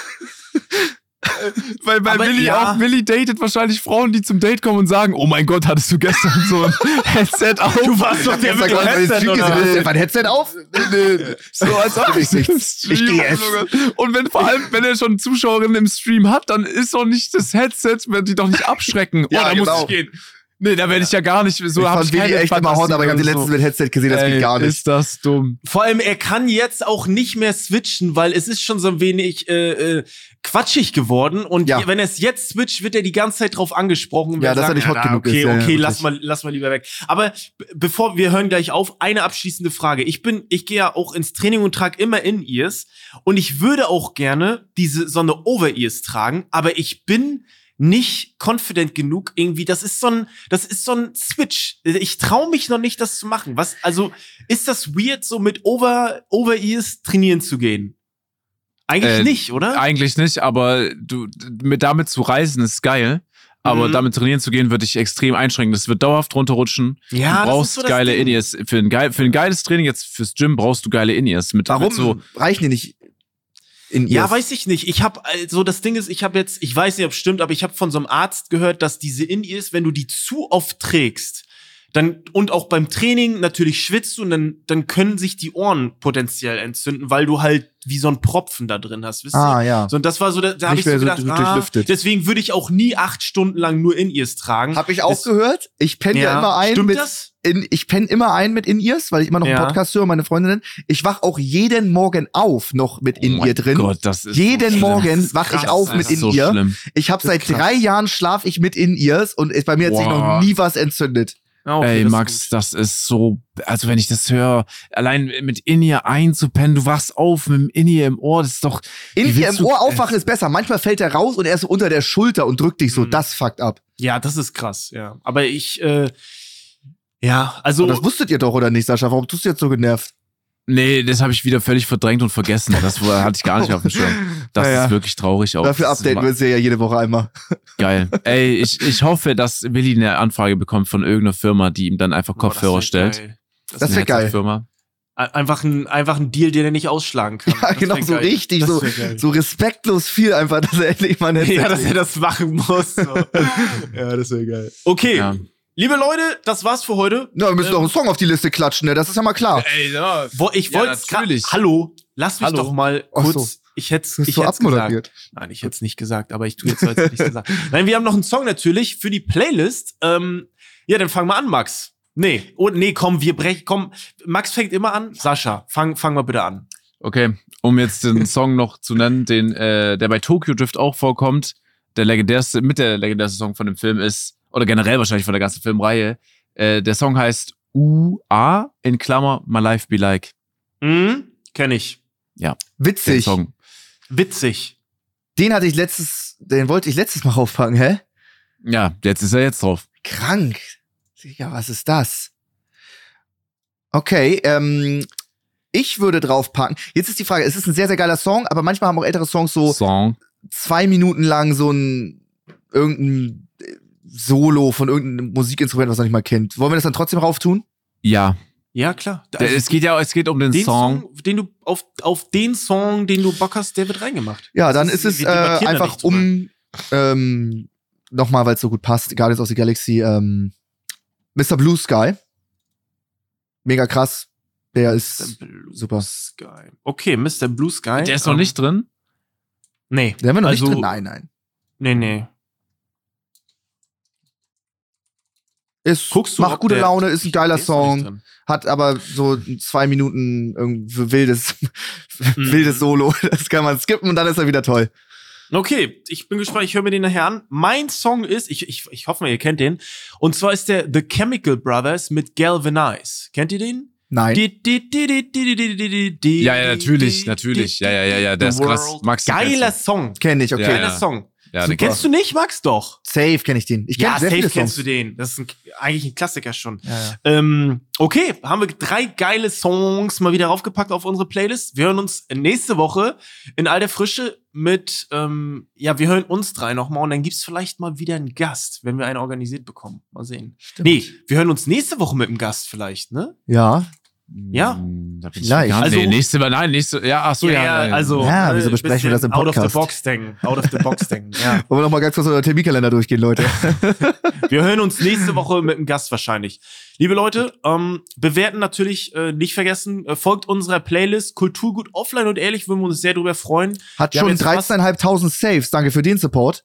Weil bei Willi datet wahrscheinlich Frauen, die zum Date kommen und sagen, oh mein Gott, hattest du gestern so ein Headset auf? Du warst doch der mit dem Headset, oder? Hast du ein Headset auf? Nee. So als ob ich nichts. Ich gehe jetzt. Und wenn er schon Zuschauerinnen im Stream hat, dann ist doch nicht das Headset, wird die doch nicht abschrecken. Da muss ich gehen. Nee, da werde ich ja gar nicht so. Ich fand Willi echt immer hot, aber ich habe den letztens mit Headset gesehen, das geht gar nicht. Ist das dumm. Vor allem, er kann jetzt auch nicht mehr switchen, weil es ist schon so ein wenig quatschig geworden. Und wenn er es jetzt switcht, wird er die ganze Zeit drauf angesprochen. Ja, dass er nicht hot genug ist. Okay, lass mal lieber weg. Aber bevor wir hören gleich auf, eine abschließende Frage. Ich gehe ja auch ins Training und trage immer In-Ears. Und ich würde auch gerne so eine Over-Ears tragen, aber ich bin nicht confident genug irgendwie. Das ist so ein Switch. Ich traue mich noch nicht, das zu machen. Also ist das weird, so mit Over-Ears trainieren zu gehen? Eigentlich nicht, oder? Eigentlich nicht, aber damit zu reisen ist geil. Aber damit trainieren zu gehen, würde ich extrem einschränken. Das wird dauerhaft runterrutschen. Ja, du brauchst das ist so geile In-Ears. Für ein geiles Training, jetzt fürs Gym, brauchst du geile In-Ears. Warum reichen die nicht? Ja, weiß ich nicht. Das Ding ist, ich weiß nicht, ob es stimmt, aber ich habe von so einem Arzt gehört, dass diese In-Ears, wenn du die zu oft trägst, und auch beim Training natürlich schwitzt du und dann können sich die Ohren potenziell entzünden, weil du halt wie so ein Propfen da drin hast, wisst ihr? Ja. So, und das war so, da habe ich so gedacht, durchlüftet. Deswegen würde ich auch nie 8 Stunden lang nur In-Ears tragen. Hab ich auch gehört. Ich penne ja immer ein Stimmt das? Ich penne immer ein mit In-Ears, weil ich immer noch einen Podcast höre, meine Freundinnen. Ich wach auch jeden Morgen auf noch mit In-Ear drin. Gott, das ist jeden so Morgen wach ich auf mit In-Ear. So ich habe seit 3 Jahren schlaf ich mit In-Ears und bei mir hat sich noch nie was entzündet. Okay, ey, Max, das ist so, also wenn ich das höre, allein mit In-Ear einzupennen, du wachst auf mit dem In-Ear im Ohr, das ist doch... In-Ear im Ohr aufwachen ist besser. Manchmal fällt er raus und er ist so unter der Schulter und drückt dich so. Das fuckt ab. Ja, das ist krass, ja. Aber also... Aber das wusstet ihr doch, oder nicht, Sascha? Warum tust du jetzt so genervt? Nee, das habe ich wieder völlig verdrängt und vergessen. Das hatte ich gar nicht auf dem Schirm. Das ist wirklich traurig. Auch. Dafür updaten wir uns ja jede Woche einmal. Geil. Ey, ich hoffe, dass Willi eine Anfrage bekommt von irgendeiner Firma, die ihm dann einfach Kopfhörer stellt. Das wäre geil. Firma. Einfach ein Deal, den er nicht richtig kann. Ja, genau, so geil. Richtig, so respektlos viel einfach, dass er endlich mal nicht. Ja, dass er das machen muss. So. Ja, das wäre geil. Okay. Ja. Liebe Leute, das war's für heute. Ja, wir müssen doch einen Song auf die Liste klatschen, ne? Das ist ja mal klar. Ey, ja. Ich wollte natürlich. Hallo, lass mich doch mal kurz. So. Ich hätte es gesagt. Nein, ich hätte es nicht gesagt, aber ich tue jetzt, als hätte ich gesagt. Nein, wir haben noch einen Song natürlich für die Playlist. Ja, dann fang mal an, Max. Nee, komm, komm. Max fängt immer an. Sascha, fang mal bitte an. Okay, um jetzt den Song noch zu nennen, der bei Tokyo Drift auch vorkommt, der legendärste Song von dem Film ist, oder generell wahrscheinlich von der ganzen Filmreihe. Der Song heißt U.A. in Klammer My Life Be Like. Kenn ich. Ja. Witzig. Song. Witzig. Den wollte ich letztes Mal raufpacken, hä? Ja, jetzt ist er jetzt drauf. Krank. Ja, was ist das? Okay, ich würde draufpacken. Jetzt ist die Frage, es ist ein sehr, sehr geiler Song, aber manchmal haben auch ältere Songs so 2 Minuten lang so irgendein Solo von irgendeinem Musikinstrument, was man nicht mal kennt. Wollen wir das dann trotzdem rauf tun? Ja. Ja, klar. Also es geht um den Song. Den du auf den Song, den du Bock hast, der wird reingemacht. Ja, dann ist es einfach nochmal, weil es so gut passt, Guardians of the Galaxy, Mr. Blue Sky. Mega krass. Der ist super. Sky. Okay, Mr. Blue Sky. Der ist noch nicht drin? Nee. Der haben wir noch nicht drin? Nein. Nee. Macht gute Laune, ist ein geiler Song, hat aber so 2 Minuten wildes Solo. Das kann man skippen und dann ist er wieder toll. Okay, ich bin gespannt, ich höre mir den nachher an. Mein Song ist, ich hoffe mal, ihr kennt den, und zwar ist der The Chemical Brothers mit Galvanize. Kennt ihr den? Nein. Ja, natürlich. Ja, der ist krass. Max, geiler Song. Kenn ich, okay. Geiler Song. Ja, kennst du nicht, Max? Doch. Safe kenn ich den. Safe kennst du den. Das ist eigentlich ein Klassiker schon. Ja. Okay, haben wir 3 geile Songs mal wieder raufgepackt auf unsere Playlist. Wir hören uns nächste Woche in all der Frische mit, wir hören uns 3 nochmal und dann gibt's vielleicht mal wieder einen Gast, wenn wir einen organisiert bekommen. Mal sehen. Stimmt. Nee, wir hören uns nächste Woche mit einem Gast vielleicht, ne? Ja. Ja. Vielleicht. Nächste. Ja, ach so, also. Ja, wieso besprechen wir das im Podcast? Out of the box denken. Ja. Wollen wir noch mal ganz kurz unser Terminkalender durchgehen, Leute? Wir hören uns nächste Woche mit einem Gast wahrscheinlich. Liebe Leute, bewerten natürlich nicht vergessen. Folgt unserer Playlist Kulturgut offline und ehrlich, würden wir uns sehr darüber freuen. Hat schon 13.500 Saves. Danke für den Support.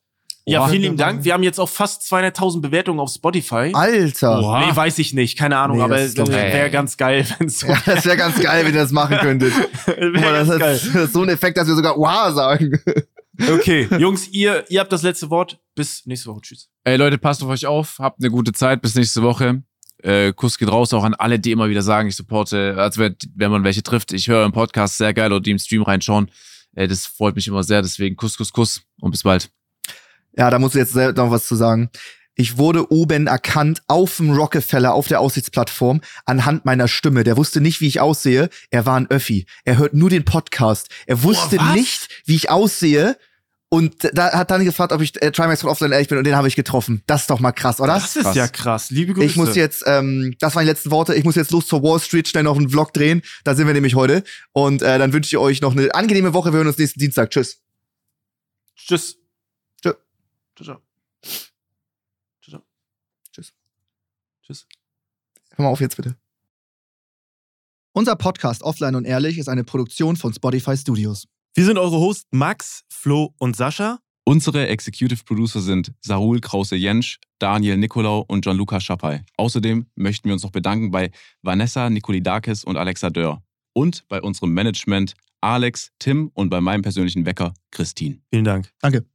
Ja, vielen lieben Dank. Wir haben jetzt auch fast 200.000 Bewertungen auf Spotify. Alter. Oha. Nee, weiß ich nicht. Keine Ahnung, aber wäre ganz geil, wenn es so. Ja, das wäre ganz geil, wenn ihr das machen könntet. Das ist so ein Effekt, dass wir sogar Wow sagen. Okay, Jungs, ihr habt das letzte Wort. Bis nächste Woche. Tschüss. Ey Leute, passt auf euch auf. Habt eine gute Zeit. Bis nächste Woche. Kuss geht raus auch an alle, die immer wieder sagen, ich supporte, also wenn man welche trifft. Ich höre im Podcast sehr geil oder die im Stream reinschauen. Das freut mich immer sehr. Deswegen Kuss und bis bald. Ja, da muss ich jetzt noch was zu sagen. Ich wurde oben erkannt auf dem Rockefeller, auf der Aussichtsplattform, anhand meiner Stimme. Der wusste nicht, wie ich aussehe. Er war ein Öffi. Er hört nur den Podcast. Er wusste nicht, wie ich aussehe. Und da hat dann gefragt, ob ich Trimax von Offline ehrlich bin. Und den habe ich getroffen. Das ist doch mal krass, oder? Das ist ja krass. Liebe Grüße. Ich muss jetzt, das waren die letzten Worte. Ich muss jetzt los zur Wall Street, schnell noch einen Vlog drehen. Da sind wir nämlich heute. Und dann wünsche ich euch noch eine angenehme Woche. Wir hören uns nächsten Dienstag. Tschüss. Tschüss. Tschüss. Ciao. Ciao. Tschüss. Tschüss. Hör mal auf jetzt bitte. Unser Podcast Offline und Ehrlich ist eine Produktion von Spotify Studios. Wir sind eure Hosts Max, Flo und Sascha. Unsere Executive Producer sind Sarul Krause-Jensch, Daniel Nicolau und Gianluca Schappay. Außerdem möchten wir uns noch bedanken bei Vanessa Nikolidakis und Alexa Dörr. Und bei unserem Management Alex, Tim und bei meinem persönlichen Wecker Christine. Vielen Dank. Danke.